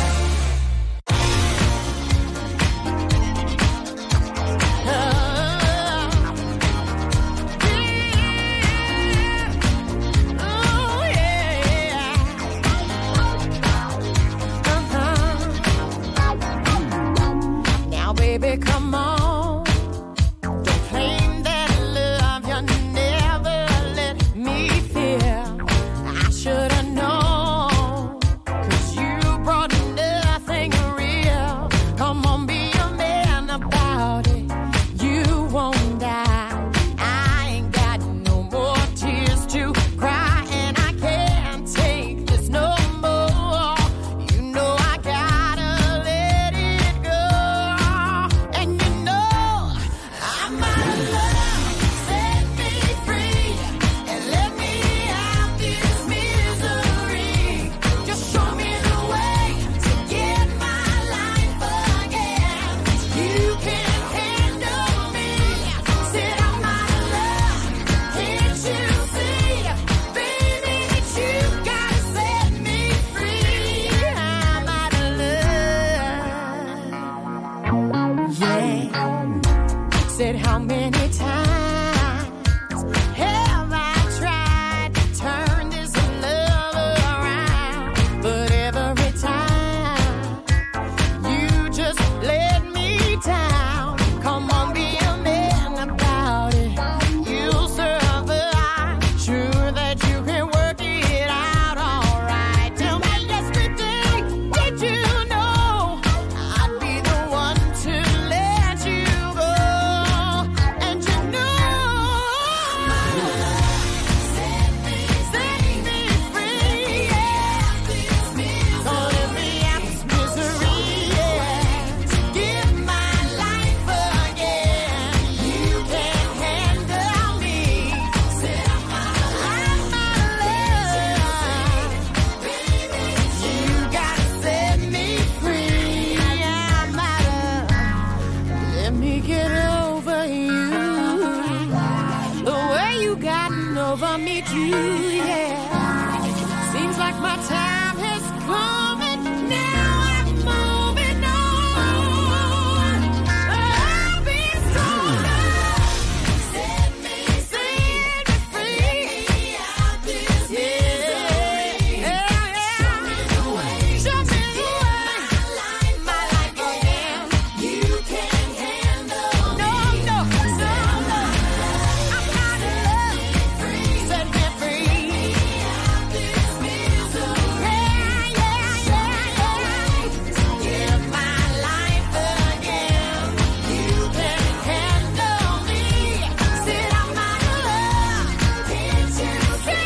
S10: over me too, yeah. Seems like my time has come and now I'm moving on. I'll be stronger. Set me, set me free out this misery. Yeah, yeah. Show me the way. Show me the way. My life, my life again. You can't handle no, me. No, no, no. I'm not in love. Set me free out this misery. Yeah, yeah, yeah, yeah. Give my life again. You can't handle me. Said I'm not in love. Can't you see?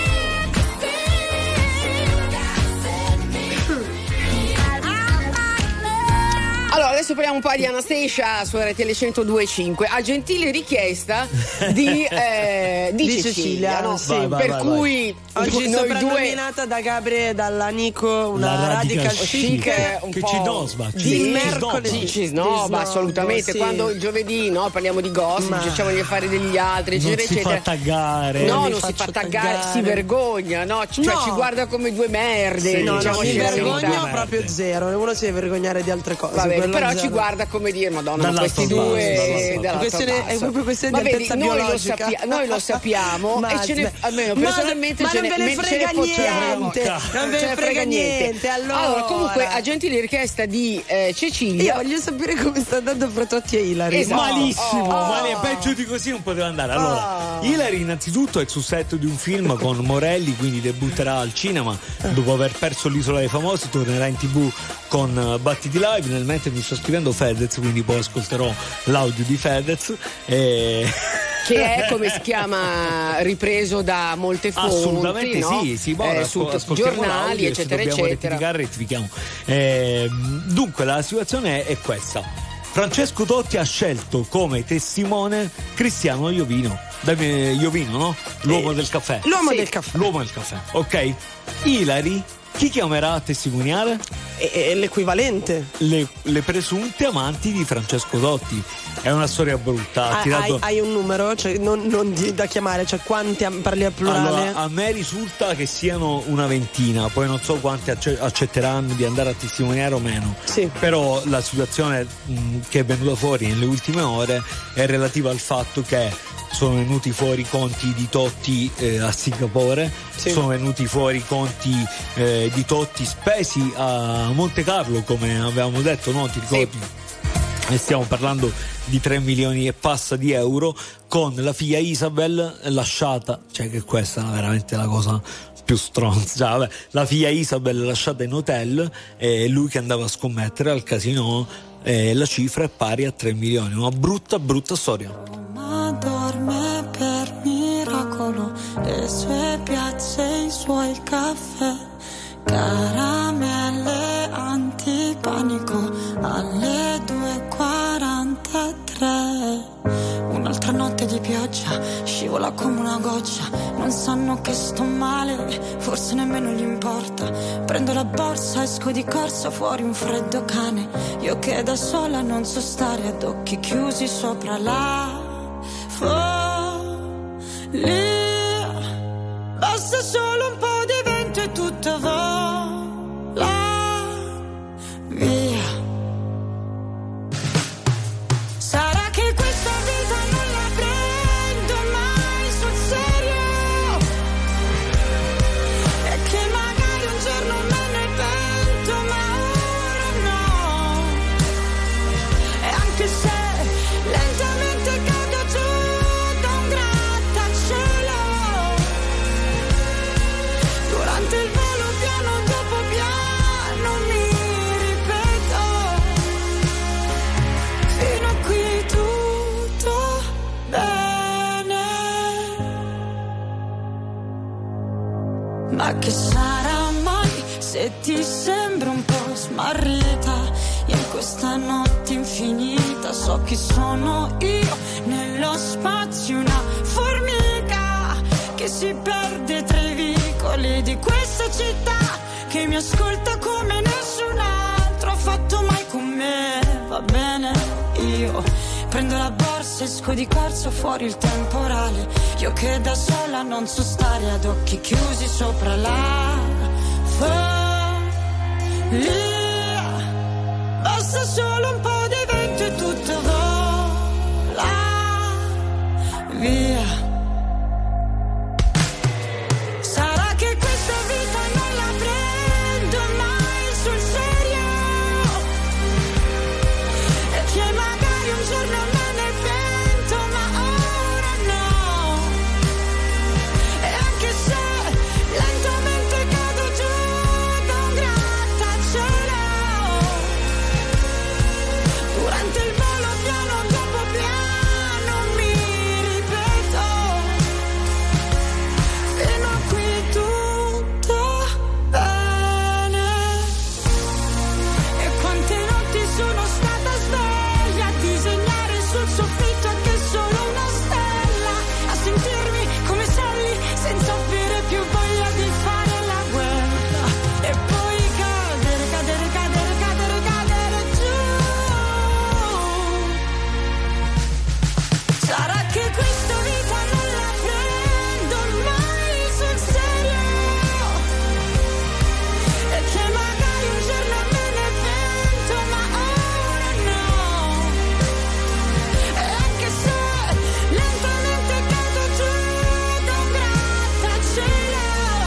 S3: Allora, adesso parliamo un po' di Anastasia su R T L centodue e cinque, a gentile richiesta di, eh, di,
S1: Di
S3: Cecilia,
S1: Cecilia,
S3: no?
S1: sì.
S2: Vai, vai,
S3: per
S2: vai,
S3: cui
S1: Oggi
S3: noi due
S1: soprannominata da Gabri e dalla Nico una
S2: La
S1: radical,
S2: radical
S1: chic,
S3: chic, un
S2: che
S3: po'
S2: ci nosba,
S1: di
S2: ci
S1: mercoledì.
S3: Ci snobba, assolutamente.
S1: sì.
S3: Quando il giovedì, no, parliamo di gossip,
S1: Ma-
S3: diciamo gli affari degli altri,
S2: non
S3: eccetera,
S2: si fa
S3: eccetera.
S2: taggare.
S3: No,
S1: mi
S3: non si fa
S1: faccio
S3: taggare,
S1: taggare.
S3: si vergogna, no? Cioè
S1: No.
S3: ci guarda come due merde.
S2: Sì,
S1: No, no,
S3: diciamoci
S1: mi
S2: sì,
S3: la
S2: sì,
S3: verità.
S1: vergogno
S2: sì.
S1: proprio zero. Uno si deve vergognare di altre cose.
S3: Va bene,
S1: quello
S3: però
S1: zero.
S3: ci guarda come dire, Madonna, ma
S2: Dall'alto
S3: questi
S2: al basso,
S3: due
S2: dall'alto.
S3: dall'alto
S1: Questione-
S3: al basso.
S1: è proprio questione
S3: Ma
S1: di
S3: vedi,
S1: altezza
S3: noi lo,
S1: biologica.
S3: sappia- noi lo sappiamo
S1: Ma
S3: e ce ne,
S1: sm-
S3: almeno
S1: ma-
S3: personalmente
S1: ma
S3: ce
S1: non
S3: ne,
S1: ve ne
S3: me- ce
S1: frega
S3: ne fottiamo.
S1: niente, non ve
S3: Ce
S1: ne frega niente, allora.
S3: Allora, comunque, a gentile richiesta di eh,
S1: Io
S3: Cecilia,
S1: voglio sapere come sta andando Prototti e Ilari.
S3: Esatto.
S2: Malissimo,
S3: Oh.
S2: male, peggio di così non poteva andare. Allora,
S1: Oh.
S2: Hilary innanzitutto è sul set di un film con Morelli, quindi debutterà al cinema dopo aver perso l'Isola dei Famosi, tornerà in tv con uh, Battiti Live. Nel mentre mi sto scrivendo Fedez, quindi poi ascolterò l'audio di Fedez. E...
S3: che è come si chiama, ripreso da molte fonti,
S2: Assolutamente
S3: no?
S2: sì, sì, boh,
S3: Eh,
S2: ora
S3: su
S2: ascol- ascoltiamo
S3: giornali,
S2: l'audio e se
S3: eccetera,
S2: dobbiamo
S3: eccetera.
S2: rettificare, rettifichiamo. Eh, dunque, la situazione è, è questa. Francesco Totti ha scelto come testimone Cristiano Iovino, da, eh, Iovino, no? L'uomo
S1: Eh,
S2: del caffè.
S1: L'uomo
S3: Sì.
S1: del caffè.
S2: L'uomo del caffè, ok. Hilary, chi chiamerà a testimoniare?
S1: È, è l'equivalente.
S2: Le, le presunte amanti di Francesco Totti. È una storia brutta. Ha
S1: Hai,
S2: tirato...
S1: hai- hai un numero? Cioè, non, non di- da chiamare, cioè quanti am- parli a plurale?
S2: Allora, a me risulta che siano una ventina, poi non so quanti acce- accetteranno di andare a testimoniare o meno.
S1: Sì.
S2: Però la situazione mh, che è venuta fuori nelle ultime ore è relativa al fatto che sono venuti fuori i conti di Totti eh, a Singapore,
S1: Sì.
S2: sono venuti fuori i conti eh, di Totti spesi a Monte Carlo, come avevamo detto, no? Ti ricordi? E stiamo parlando di tre milioni e passa di euro, con la figlia Isabel lasciata, cioè che questa è veramente la cosa più stronza, cioè, vabbè, la figlia Isabel lasciata in hotel e lui che andava a scommettere al casino, e la cifra è pari a tre milioni, una brutta brutta storia.
S10: Ma dorme per miracolo, le sue piazze, i suoi caffè, caramelle antipanico alle due e quarantatré. Un'altra notte di pioggia, scivola come una goccia, non sanno che sto male, forse nemmeno gli importa. Prendo la borsa, esco di corsa, fuori un freddo cane, io che da sola non so stare, ad occhi chiusi sopra la follia. Basta solo un po' di vento e tutto vola via. Sarà che questa vita non la prendo mai sul serio, e che magari un giorno me ne pento, ma ora no. E anche se lentamente cado giù da un grattacielo, durante il volo piano dopo piano mi ripeto, fino a qui tutto bene. Ma che sarà mai se ti sembra un po' smarrita in questa notte infinita? So chi sono io nello spazio, una formica che si perde tra i vicoli di questa città, che mi ascolta come nessun altro ha fatto mai con me. Va bene, io Prendo la borsa, esco di corsa, fuori il temporale. Io che da sola non so stare, ad occhi chiusi sopra la follia. Basta solo un po' di vento e tutto vola via. Sarà che questa vita non la prendo mai sul serio, e che magari un giorno me ne pento, ma ora no. E anche se lentamente cado giù da un grattacielo, durante il volo piano dopo piano mi ripeto, fino a qui tutto bene. E quante notti sono stata sveglia a disegnare sul soffitto anche solo una stella, a sentirmi come Sally senza avere più voglia di fare la guerra, e poi cadere, cadere, cadere, cadere, cadere giù. Sarà che questa vita non la prendo mai sul serio, e che magari un giorno me ne pento, ma ora no. E anche se lentamente cado giù da un grattacielo,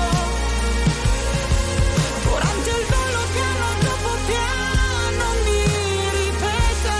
S10: durante il volo piano dopo piano mi ripeto,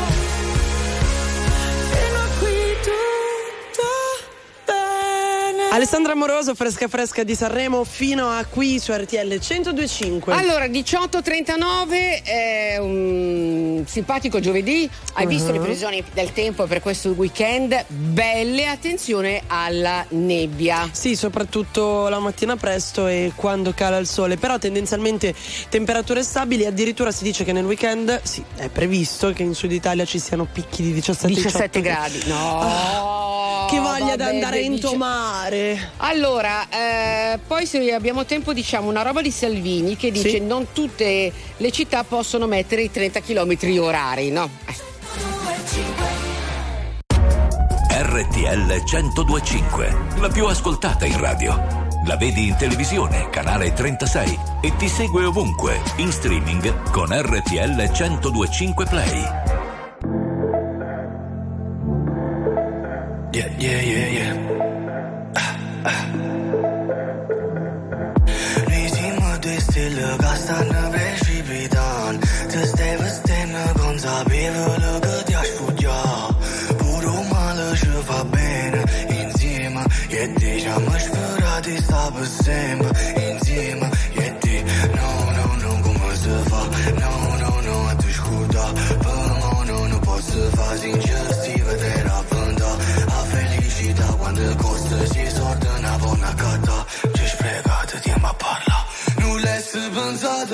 S10: fino a qui tutto bene.
S1: Alessandra Amoroso, fresca fresca di Sanremo, fino a qui su R T L centodue e cinque.
S3: Allora, diciotto e trentanove, è un simpatico giovedì. Hai visto
S1: Uh-huh.
S3: le previsioni del tempo per questo weekend? Belle, attenzione alla nebbia.
S1: Sì, soprattutto la mattina presto e quando cala il sole, però tendenzialmente temperature stabili. Addirittura si dice che nel weekend, sì, è previsto che in Sud Italia ci siano picchi di diciassette
S3: diciassette
S1: diciotto
S3: gradi. No,
S1: Ah, che voglia di
S3: vabbè,
S1: andare a
S3: dice-
S1: intomare.
S3: Allora, eh, poi se abbiamo tempo diciamo una roba di Salvini che dice
S1: Sì.
S3: non tutte le città possono mettere i trenta chilometri orari, no?
S6: R T L centodue e cinque, la più ascoltata in radio. La vedi in televisione, canale trentasei, e ti segue ovunque, in streaming con R T L centodue e cinque Play.
S4: Yeah, yeah, yeah, yeah. Risimă de stilă ca stană precipitan. Te stai vestendo consapevole che ti aș fugia. Puro male și va bene insieme. E diciamo spera di sta per sempre insieme. E di no, no, no, come si fa? No, no, no, a te scuda. Per mo no, non posso fare sincer, sti vedere a vânda. A felicità quando costa si sorte una buona cata. Ci spregate tempo a parla. Non l'hai pensato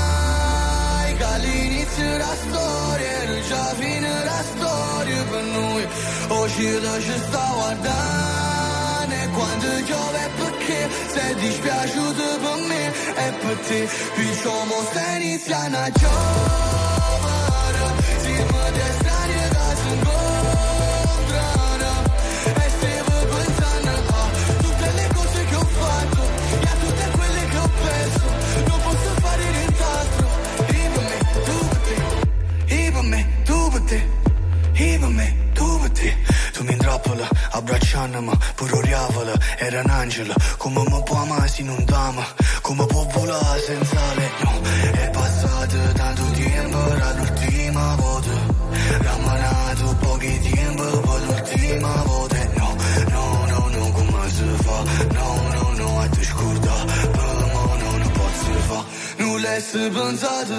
S4: mai che all'inizio della storia era già fine la storia per noi. Oggi ci sta guardando e quando piove perché sei dispiaciuto per me e per te. Diciamo stai iniziando a giovare, siamo dei strani che si incontrano e stavo pensando a tutte le cose che ho fatto e a tutte quelle che ho perso. Non posso fare nient'altro. E per me, tu per te. E per me, tu per te. E per me, tu per te. Tu mi intrappola, abbracciandomi, pure oriavola, era un angelo. Come mi può amare se non t'ama? Come può volare senza lei? No, è passato tanto tempo dall'ultima volta. Rammanato pochi tempo per l'ultima volta. No, no, no, no, come si fa? No, no, no, a te scorda. Per mo no, non posso fa. Non l'hai pensato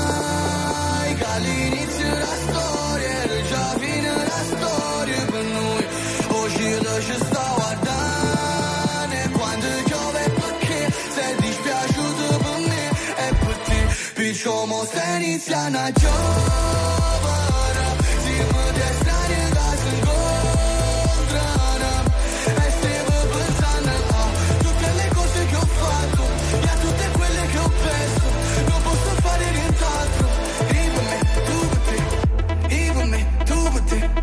S4: mai che all'inizio della storia era già fine la storia per noi. Oggi ci sta guardando e quando piove perché sei dispiaciuto per me e per te. Piccio mo stai iniziando a giovare, siamo dei strani che si incontrano e stavo pensando a tutte le cose che ho fatto e a tutte quelle che ho perso. Non posso fare nient'altro. E per me, tu per te. E per me, tu per te.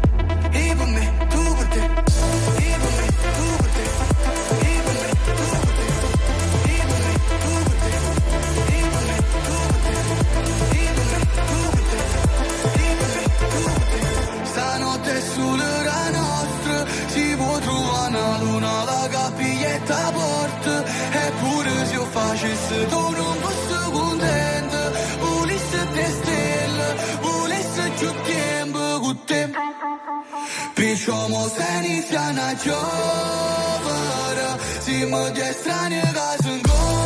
S12: diciamo se inizia una giovane, siamo di estranei che si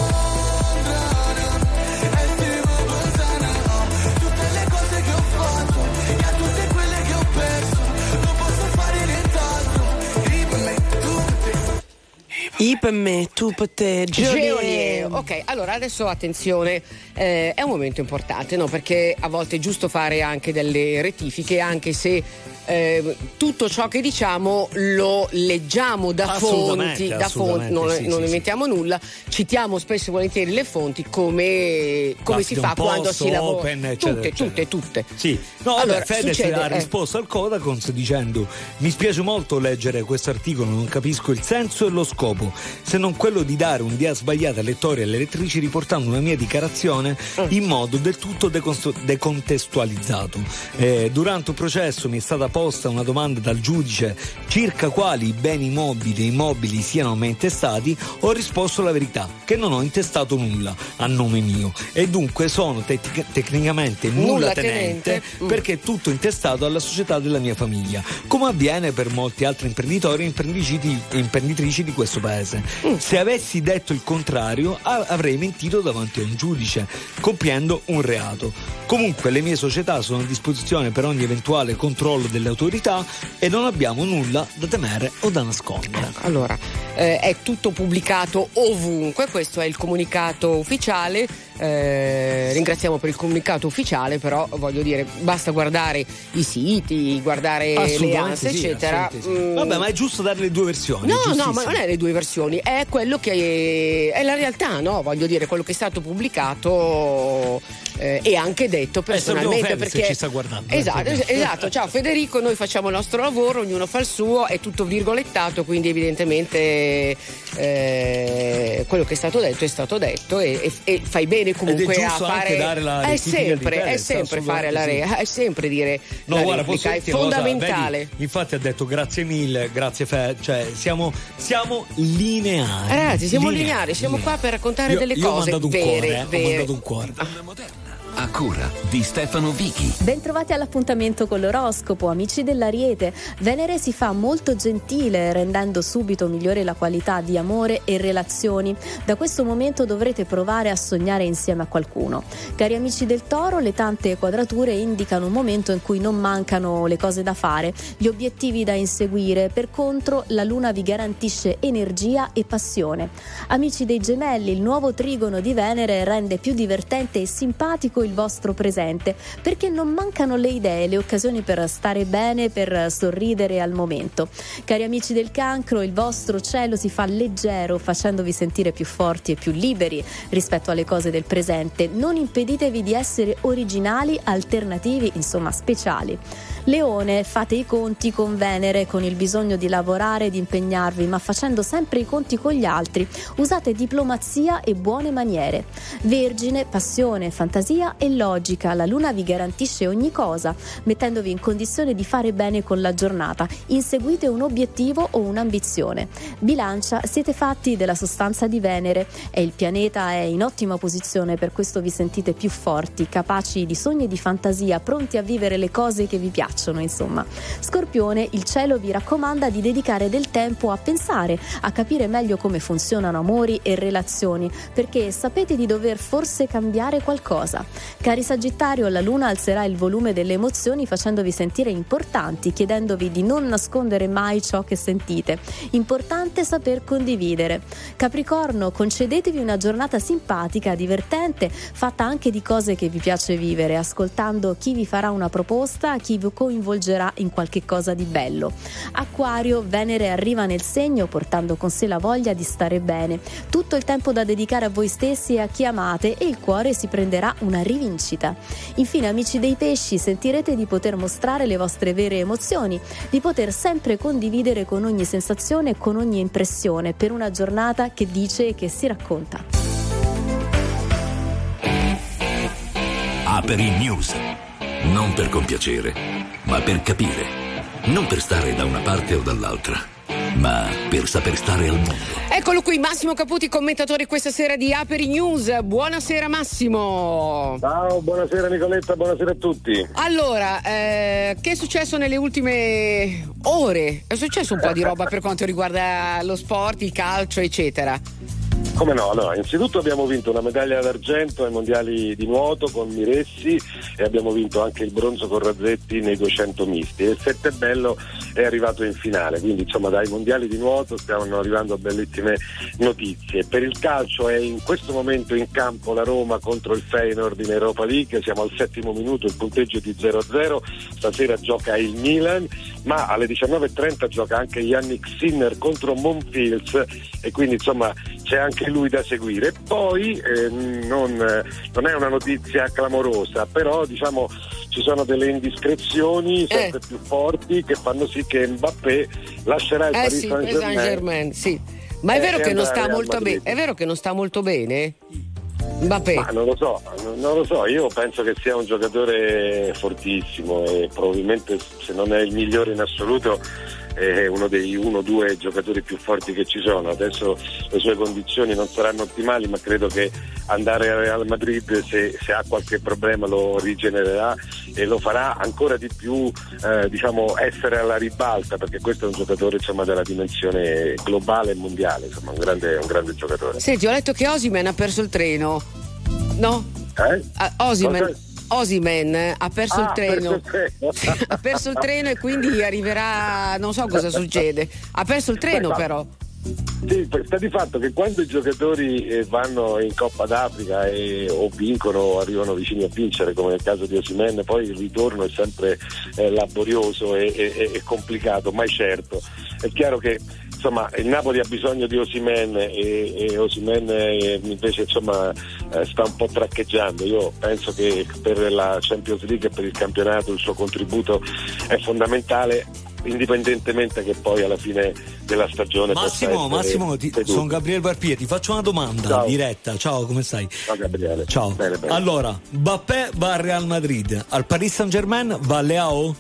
S12: incontrano e stiamo pensando a tutte le cose che ho fatto e a tutte quelle che ho perso. Non posso fare nient'altro. Io per me, tu per te.
S1: I per me, tu per te,
S3: Geolier. Ok, allora adesso attenzione, eh, è un momento importante, no? Perché a volte è giusto fare anche delle rettifiche, anche se eh, tutto ciò che diciamo lo leggiamo da fonti, da fonti, non,
S2: sì,
S3: non
S2: sì,
S3: inventiamo
S2: sì.
S3: nulla, citiamo spesso e volentieri le fonti come, come si fa
S2: Post,
S3: quando si lavora.
S2: Open, eccetera,
S3: tutte,
S2: eccetera.
S3: tutte, tutte.
S2: Sì, no,
S3: Allora,
S2: vabbè, Fedez
S3: succede,
S2: ha
S3: eh.
S2: risposto al Codacons dicendo: mi spiace molto leggere questo articolo, non capisco il senso e lo scopo, se non quello di dare un'idea sbagliata ai lettori e alle lettrici riportando una mia dichiarazione in modo del tutto deconsto- decontestualizzato. Eh, durante un processo mi è stata posta una domanda dal giudice circa quali beni mobili e immobili siano mai intestati. Ho risposto la verità, che non ho intestato nulla a nome mio e dunque sono te- tecnicamente nulla,
S3: Nulla
S2: tenente,
S3: tenente. Mm.
S2: perché è tutto intestato alla società della mia famiglia, come avviene per molti altri imprenditori e imprenditrici, imprenditrici di questo paese.
S3: Mm.
S2: Se avessi detto il contrario a- avrei mentito davanti a un giudice, compiendo un reato. Comunque le mie società sono a disposizione per ogni eventuale controllo delle autorità e non abbiamo nulla da temere o da nascondere.
S3: Allora, eh, è tutto pubblicato ovunque, questo è il comunicato ufficiale. Eh, ringraziamo per il comunicato ufficiale, però voglio dire, basta guardare i siti, guardare le ANSA,
S2: sì,
S3: eccetera.
S2: assolutamente sì.
S3: Mm.
S2: Vabbè, ma è giusto dare le due versioni.
S3: No, no,
S2: giustissimo.
S3: ma non è le due versioni, è quello che è, è la realtà, no? Voglio dire, quello che è stato pubblicato eh, e anche detto personalmente.
S2: Fedez,
S3: perché
S2: ci sta guardando.
S3: Esatto, esatto. Ciao Federico, noi facciamo il nostro lavoro, ognuno fa il suo, è tutto virgolettato, quindi evidentemente eh, quello che è stato detto è stato detto e, e, e fai bene comunque
S2: Ed è
S3: a
S2: giusto
S3: fare
S2: anche dare la
S3: è
S2: rettifica di
S3: sempre, è
S2: Fedez,
S3: sempre fare la
S2: assolutamente
S3: re, è sempre dire
S2: No,
S3: la
S2: guarda,
S3: replica,
S2: posso
S3: è
S2: dirti una cosa?
S3: fondamentale.
S2: Vedi, infatti ha detto grazie mille, grazie Fe, cioè siamo, siamo lineari.
S3: Ragazzi, siamo
S2: lineari,
S3: lineari, siamo
S2: lineari.
S3: qua per raccontare
S2: Io-
S3: delle
S2: io ho
S3: cose
S2: mandato un
S3: vere,
S2: cuore, eh, ho
S3: vere.
S2: mandato un cuore.
S6: A cura di Stefano Vichi.
S13: Bentrovati all'appuntamento con l'oroscopo, amici dell'Ariete. Venere si fa molto gentile, rendendo subito migliore la qualità di amore e relazioni. Da questo momento dovrete provare a sognare insieme a qualcuno. Cari amici del Toro, le tante quadrature indicano un momento in cui non mancano le cose da fare, gli obiettivi da inseguire. Per contro, la Luna vi garantisce energia e passione. Amici dei Gemelli, il nuovo trigono di Venere rende più divertente e simpatico il vostro presente, perché non mancano le idee, le occasioni per stare bene, per sorridere al momento. Cari amici del Cancro, il vostro cielo si fa leggero, facendovi sentire più forti e più liberi rispetto alle cose del presente. Non impeditevi di essere originali, alternativi, insomma speciali. Leone, fate i conti con Venere, con il bisogno di lavorare e di impegnarvi, ma facendo sempre i conti con gli altri. Usate diplomazia e buone maniere. Vergine, passione, fantasia e logica. La Luna vi garantisce ogni cosa, mettendovi in condizione di fare bene con la giornata. Inseguite un obiettivo o un'ambizione. Bilancia, siete fatti della sostanza di Venere e il pianeta è in ottima posizione, per questo vi sentite più forti, capaci di sogni e di fantasia, pronti a vivere le cose che vi piacciono. Insomma, Scorpione, il cielo vi raccomanda di dedicare del tempo a pensare, a capire meglio come funzionano amori e relazioni, perché sapete di dover forse cambiare qualcosa. Cari Sagittario, la Luna alzerà il volume delle emozioni facendovi sentire importanti, chiedendovi di non nascondere mai ciò che sentite. Importante saper condividere. Capricorno, concedetevi una giornata simpatica, divertente, fatta anche di cose che vi piace vivere, ascoltando chi vi farà una proposta, chi vi coinvolgerà in qualche cosa di bello. Acquario, Venere arriva nel segno portando con sé la voglia di stare bene. Tutto il tempo da dedicare a voi stessi e a chi amate, e il cuore si prenderà una rivincita. Infine, amici dei Pesci, sentirete di poter mostrare le vostre vere emozioni, di poter sempre condividere con ogni sensazione e con ogni impressione, per una giornata che dice e che si racconta.
S6: Aperi News. Non per compiacere, ma per capire. Non per stare da una parte o dall'altra, ma per saper stare al mondo.
S3: Eccolo qui, Massimo Caputi, commentatore questa sera di Aperi News. Buonasera Massimo.
S14: Ciao, buonasera Nicoletta, buonasera a tutti.
S3: Allora, eh, che è successo nelle ultime ore? È successo un po' di roba per quanto riguarda lo sport, il calcio, eccetera.
S14: Come no? Allora, innanzitutto abbiamo vinto una medaglia d'argento ai mondiali di nuoto con Miressi e abbiamo vinto anche il bronzo con Razzetti nei duecento misti e il Sette Bello è arrivato in finale, quindi insomma dai mondiali di nuoto stiamo arrivando a bellissime notizie. Per il calcio è in questo momento in campo la Roma contro il Feyenoord in Europa League, siamo al settimo minuto, il punteggio è di zero a zero, stasera gioca il Milan, ma alle diciannove e trenta gioca anche Yannick Sinner contro Monfils e quindi insomma c'è anche lui da seguire. Poi eh, non, non è una notizia clamorosa, però diciamo ci sono delle indiscrezioni sempre eh. più forti che fanno sì che Mbappé lascerà il
S3: eh
S14: Paris
S3: sì,
S14: Saint-Germain.
S3: Saint-Germain sì. Ma è vero
S14: eh,
S3: che non sta
S14: Real
S3: molto bene? È vero che non sta molto bene? Mbappé?
S14: Ma non lo so, non lo so, io penso che sia un giocatore fortissimo e probabilmente se non è il migliore in assoluto è uno dei uno o due giocatori più forti che ci sono. Adesso le sue condizioni non saranno ottimali, ma credo che andare al Real Madrid se, se ha qualche problema lo rigenererà e lo farà ancora di più eh, diciamo essere alla ribalta, perché questo è un giocatore insomma della dimensione globale e mondiale, insomma un grande, un grande giocatore.
S3: Senti, ho letto che Osimhen ha perso il treno, no?
S14: Eh?
S3: Uh, Osimhen Osimhen ha perso
S14: ah,
S3: il treno,
S14: perso il treno.
S3: ha perso il treno e quindi arriverà, non so cosa succede, ha perso il treno. Beh, però
S14: sì, sta di fatto che quando i giocatori eh, vanno in Coppa d'Africa e o vincono o arrivano vicini a vincere, come nel caso di Osimhen, poi il ritorno è sempre eh, laborioso e, e, e complicato, mai certo. È chiaro che insomma il Napoli ha bisogno di Osimhen e, e Osimhen eh, invece insomma eh, sta un po' traccheggiando. Io penso che per la Champions League e per il campionato il suo contributo è fondamentale, indipendentemente che poi alla fine della stagione
S2: Massimo, Massimo ti, sono Gabriele Barpie, ti faccio una domanda
S14: ciao.
S2: diretta. Ciao, come stai?
S14: Ciao Gabriele.
S2: Ciao.
S14: Bene, bene.
S2: Allora, Mbappé va al Real Madrid, al Paris Saint-Germain va all'A O?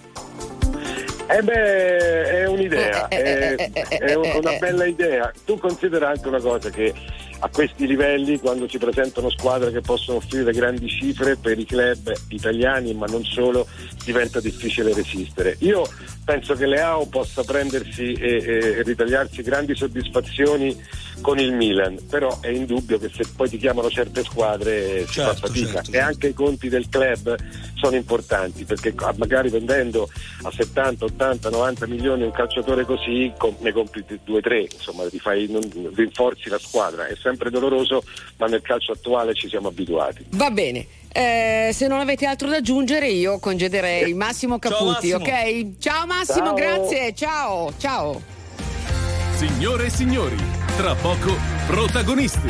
S14: Eh beh, è un'idea, è, è una bella idea. Tu considera anche una cosa, che a questi livelli, quando si presentano squadre che possono offrire grandi cifre, per i club italiani ma non solo diventa difficile resistere. Io penso che Leao possa prendersi e, e ritagliarsi grandi soddisfazioni con il Milan, però è indubbio che se poi ti chiamano certe squadre si
S2: certo,
S14: fa fatica,
S2: certo,
S14: e anche i conti del club sono importanti, perché magari vendendo a settanta, ottanta, novanta milioni un calciatore così ne compri due tre, insomma ti fai, non, rinforzi la squadra. È sempre doloroso, ma nel calcio attuale ci siamo abituati.
S3: Va bene. Eh, se non avete altro da aggiungere io congederei Massimo Caputi.
S2: Ciao, Massimo.
S3: Ok? Ciao Massimo,
S14: ciao.
S3: Grazie, ciao, ciao.
S15: Signore e signori, tra poco protagonisti.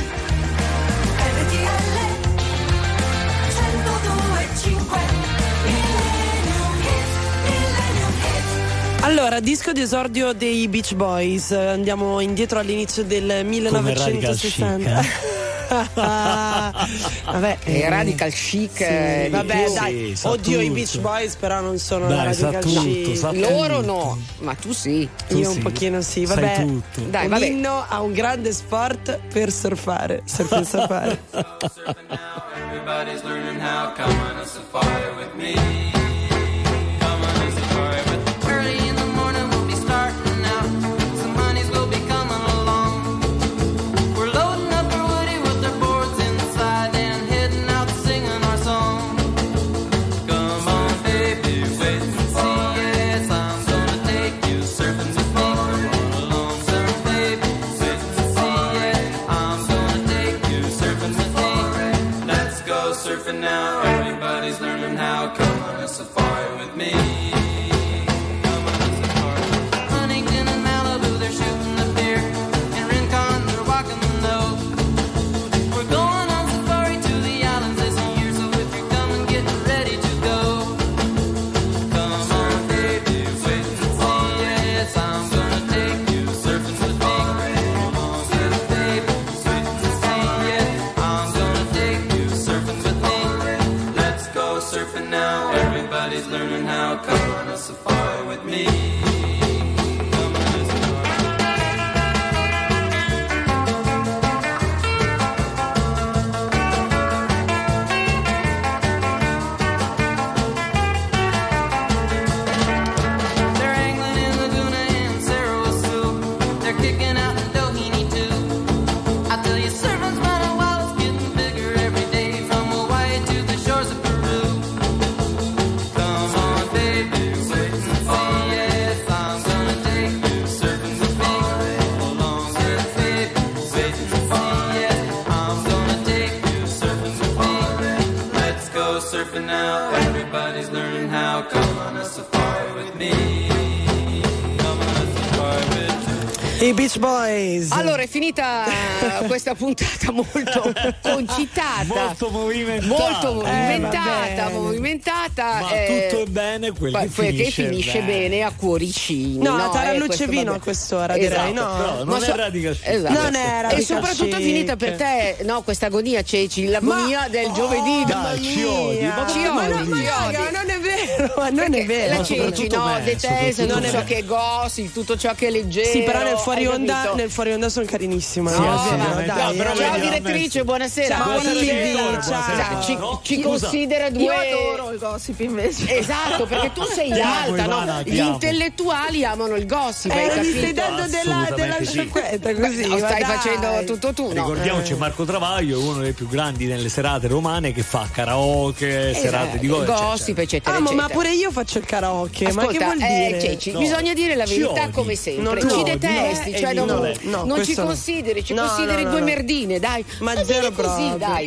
S8: R T L centodue e cinque Millennium Hit, Millennium Hit.
S1: Allora, disco di esordio dei Beach Boys, andiamo indietro all'inizio del millenovecentosessanta. Vabbè,
S3: eh, radical chic,
S1: sì,
S3: eh,
S1: vabbè,
S3: più.
S1: dai,
S2: Sì,
S1: oddio,
S2: tutto.
S1: i Beach Boys però non sono
S2: Dai,
S1: radical
S2: sa tutto,
S1: chic.
S2: sa
S3: Loro
S2: tutto.
S3: no, ma tu sì.
S2: Tu
S1: Io
S2: sì.
S1: un pochino sì,
S2: Sai
S1: vabbè.
S2: tutto.
S3: Dai,
S1: un
S3: vabbè.
S1: inno a un grande sport per surfare, surf and safari.
S16: Everybody's learning how. Come on a safari with me. Come on a safari with me. Early in the morning we'll be starting out. Some honeys will be coming along. We're loading up our woody with our boards inside and heading out singing our song. Come on, baby, wait and see. Yes, I'm gonna take you surfing with me. Come along, surf, baby, wait and see. Yeah, I'm gonna take you surfing with me. Let's go surfing now. Everybody's learning how. Come on a safari with me. Come on a safari. Huntington and Malibu, they're shooting the deer. In Rincon, they're walking the nose. We're going on safari to the islands this year, so if you're coming, get ready to go. Come on, baby, wait and see. Yes, I'm gonna take you surfing with me. Come on, little baby, wait and see. Yeah, I'm gonna take you surfing with me. Let's go surfing now. Everybody's learning how. Come on a safari with me. Come on a safari. come on a safari with me. Come on a safari with me.
S1: I Beach Boys.
S3: Allora è finita questa puntata molto concitata,
S2: molto movimentata,
S3: molto movimentata,
S1: Eh,
S3: movimentata.
S2: ma
S3: eh,
S2: tutto è bene quel
S3: poi-
S2: che
S3: quel che
S2: finisce,
S3: finisce bene a cuoricini.
S1: No,
S3: no,
S1: Tarallucce
S3: eh, questo,
S1: e vino
S3: vabbè.
S1: a quest'ora,
S3: Esatto.
S1: direi, no?
S2: Però non
S3: Ma
S2: è
S3: so-
S2: radical chic.
S3: Esatto.
S1: Non è
S3: E
S1: radical
S3: soprattutto è
S1: chic.
S3: finita per te, no, questa agonia, Ceci, l'agonia
S1: Ma-
S3: del giovedì.
S2: dai, ci odi, ma
S3: Ci
S1: ma,
S3: odi,
S1: no, ma
S3: ci
S1: raga,
S3: odi.
S1: non è vero, ma non è vero.
S3: La
S2: Ma
S3: Ceci,
S2: soprattutto
S3: no,
S2: me,
S3: detesta
S2: soprattutto
S3: tutto
S1: me.
S3: ciò che è gossip, tutto ciò che è leggero.
S1: Sì, però nel fuori
S3: hai
S1: onda,
S3: capito?
S1: nel fuori onda sono carinissima.
S3: No,
S1: no,
S2: assolutamente.
S1: dai,
S2: No, però
S1: eh.
S3: Ciao
S2: vedi,
S3: direttrice, buonasera.
S1: Ciao,
S3: Buonasera.
S1: Ivi,
S3: Buonasera.
S1: ciao.
S3: Ci,
S2: No,
S3: ci
S2: scusa.
S3: considera due.
S17: Io adoro il gossip invece.
S3: Esatto, perché tu sei
S2: Ti amo,
S3: alta,
S2: Ivana,
S3: no?
S2: ti
S3: Gli
S2: amo.
S3: intellettuali amano il gossip, hai
S1: Eh,
S3: capito?
S1: gli stai dando della,
S2: Assolutamente
S1: della
S2: sì.
S1: sciacquetta così.
S3: No,
S1: ma
S3: stai
S1: dai.
S3: facendo tutto tu, no?
S2: Ricordiamoci Marco Travaglio, uno dei più grandi nelle serate romane, che fa karaoke, serate di
S3: Esatto,
S2: gossip.
S3: gossip, eccetera,
S1: Amo,
S3: eccetera.
S1: ma pure io faccio il karaoke. ma che
S3: Ascolta,
S1: vuol
S3: eh,
S1: dire?
S3: Ceci,
S2: No,
S3: bisogna dire la
S2: ci
S3: verità
S2: odi.
S3: come sempre.
S1: Non
S3: ci
S1: odi,
S3: detesti,
S1: eh,
S3: cioè
S1: e
S3: non,
S1: no, no,
S3: non ci
S1: questo no.
S3: consideri, ci
S1: No,
S3: consideri
S1: no, no,
S3: due
S1: no.
S3: merdine, dai.
S1: Ma
S3: Va
S1: zero
S3: bene così,
S1: proprio.
S3: dai.